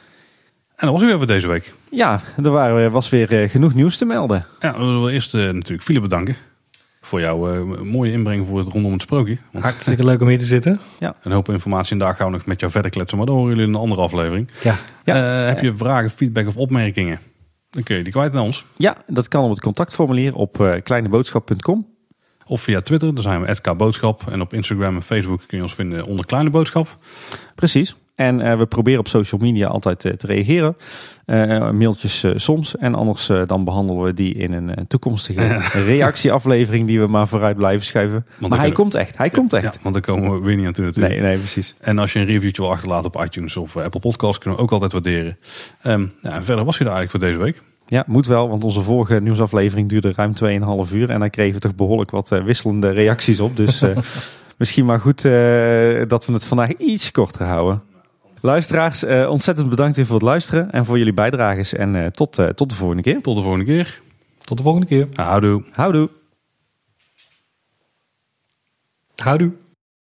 En dat was weer voor deze week. Ja, er was weer genoeg nieuws te melden. Ja, we willen eerst natuurlijk Philip bedanken voor jouw mooie inbreng voor het rondom het sprookje. Hartstikke leuk om hier te zitten. Ja. Een hoop informatie en daar gaan we nog met jou verder kletsen, maar dan horen jullie in een andere aflevering. Ja. Heb je vragen, feedback of opmerkingen? Dan kun je die kwijt naar ons. Ja, dat kan op het contactformulier op kleineboodschap.com. Of via Twitter, daar zijn we @kboodschap. En op Instagram en Facebook kun je ons vinden onder Kleine Boodschap. Precies. En we proberen op social media altijd te reageren. Mailtjes soms. En anders dan behandelen we die in een toekomstige reactieaflevering die we maar vooruit blijven schuiven. Maar hij komt echt. Ja, want daar komen we weer niet aan toe natuurlijk. Nee, precies. En als je een reviewtje wil achterlaten op iTunes of Apple Podcasts, kunnen we ook altijd waarderen. En verder was je er eigenlijk voor deze week. Ja, moet wel, want onze vorige nieuwsaflevering duurde ruim 2,5 uur. En daar kregen we toch behoorlijk wat wisselende reacties op. Dus misschien maar goed dat we het vandaag iets korter houden. Luisteraars, ontzettend bedankt weer voor het luisteren en voor jullie bijdrages. En tot de volgende keer. Tot de volgende keer. Tot de volgende keer. Houdoe. Houdoe. Houdoe.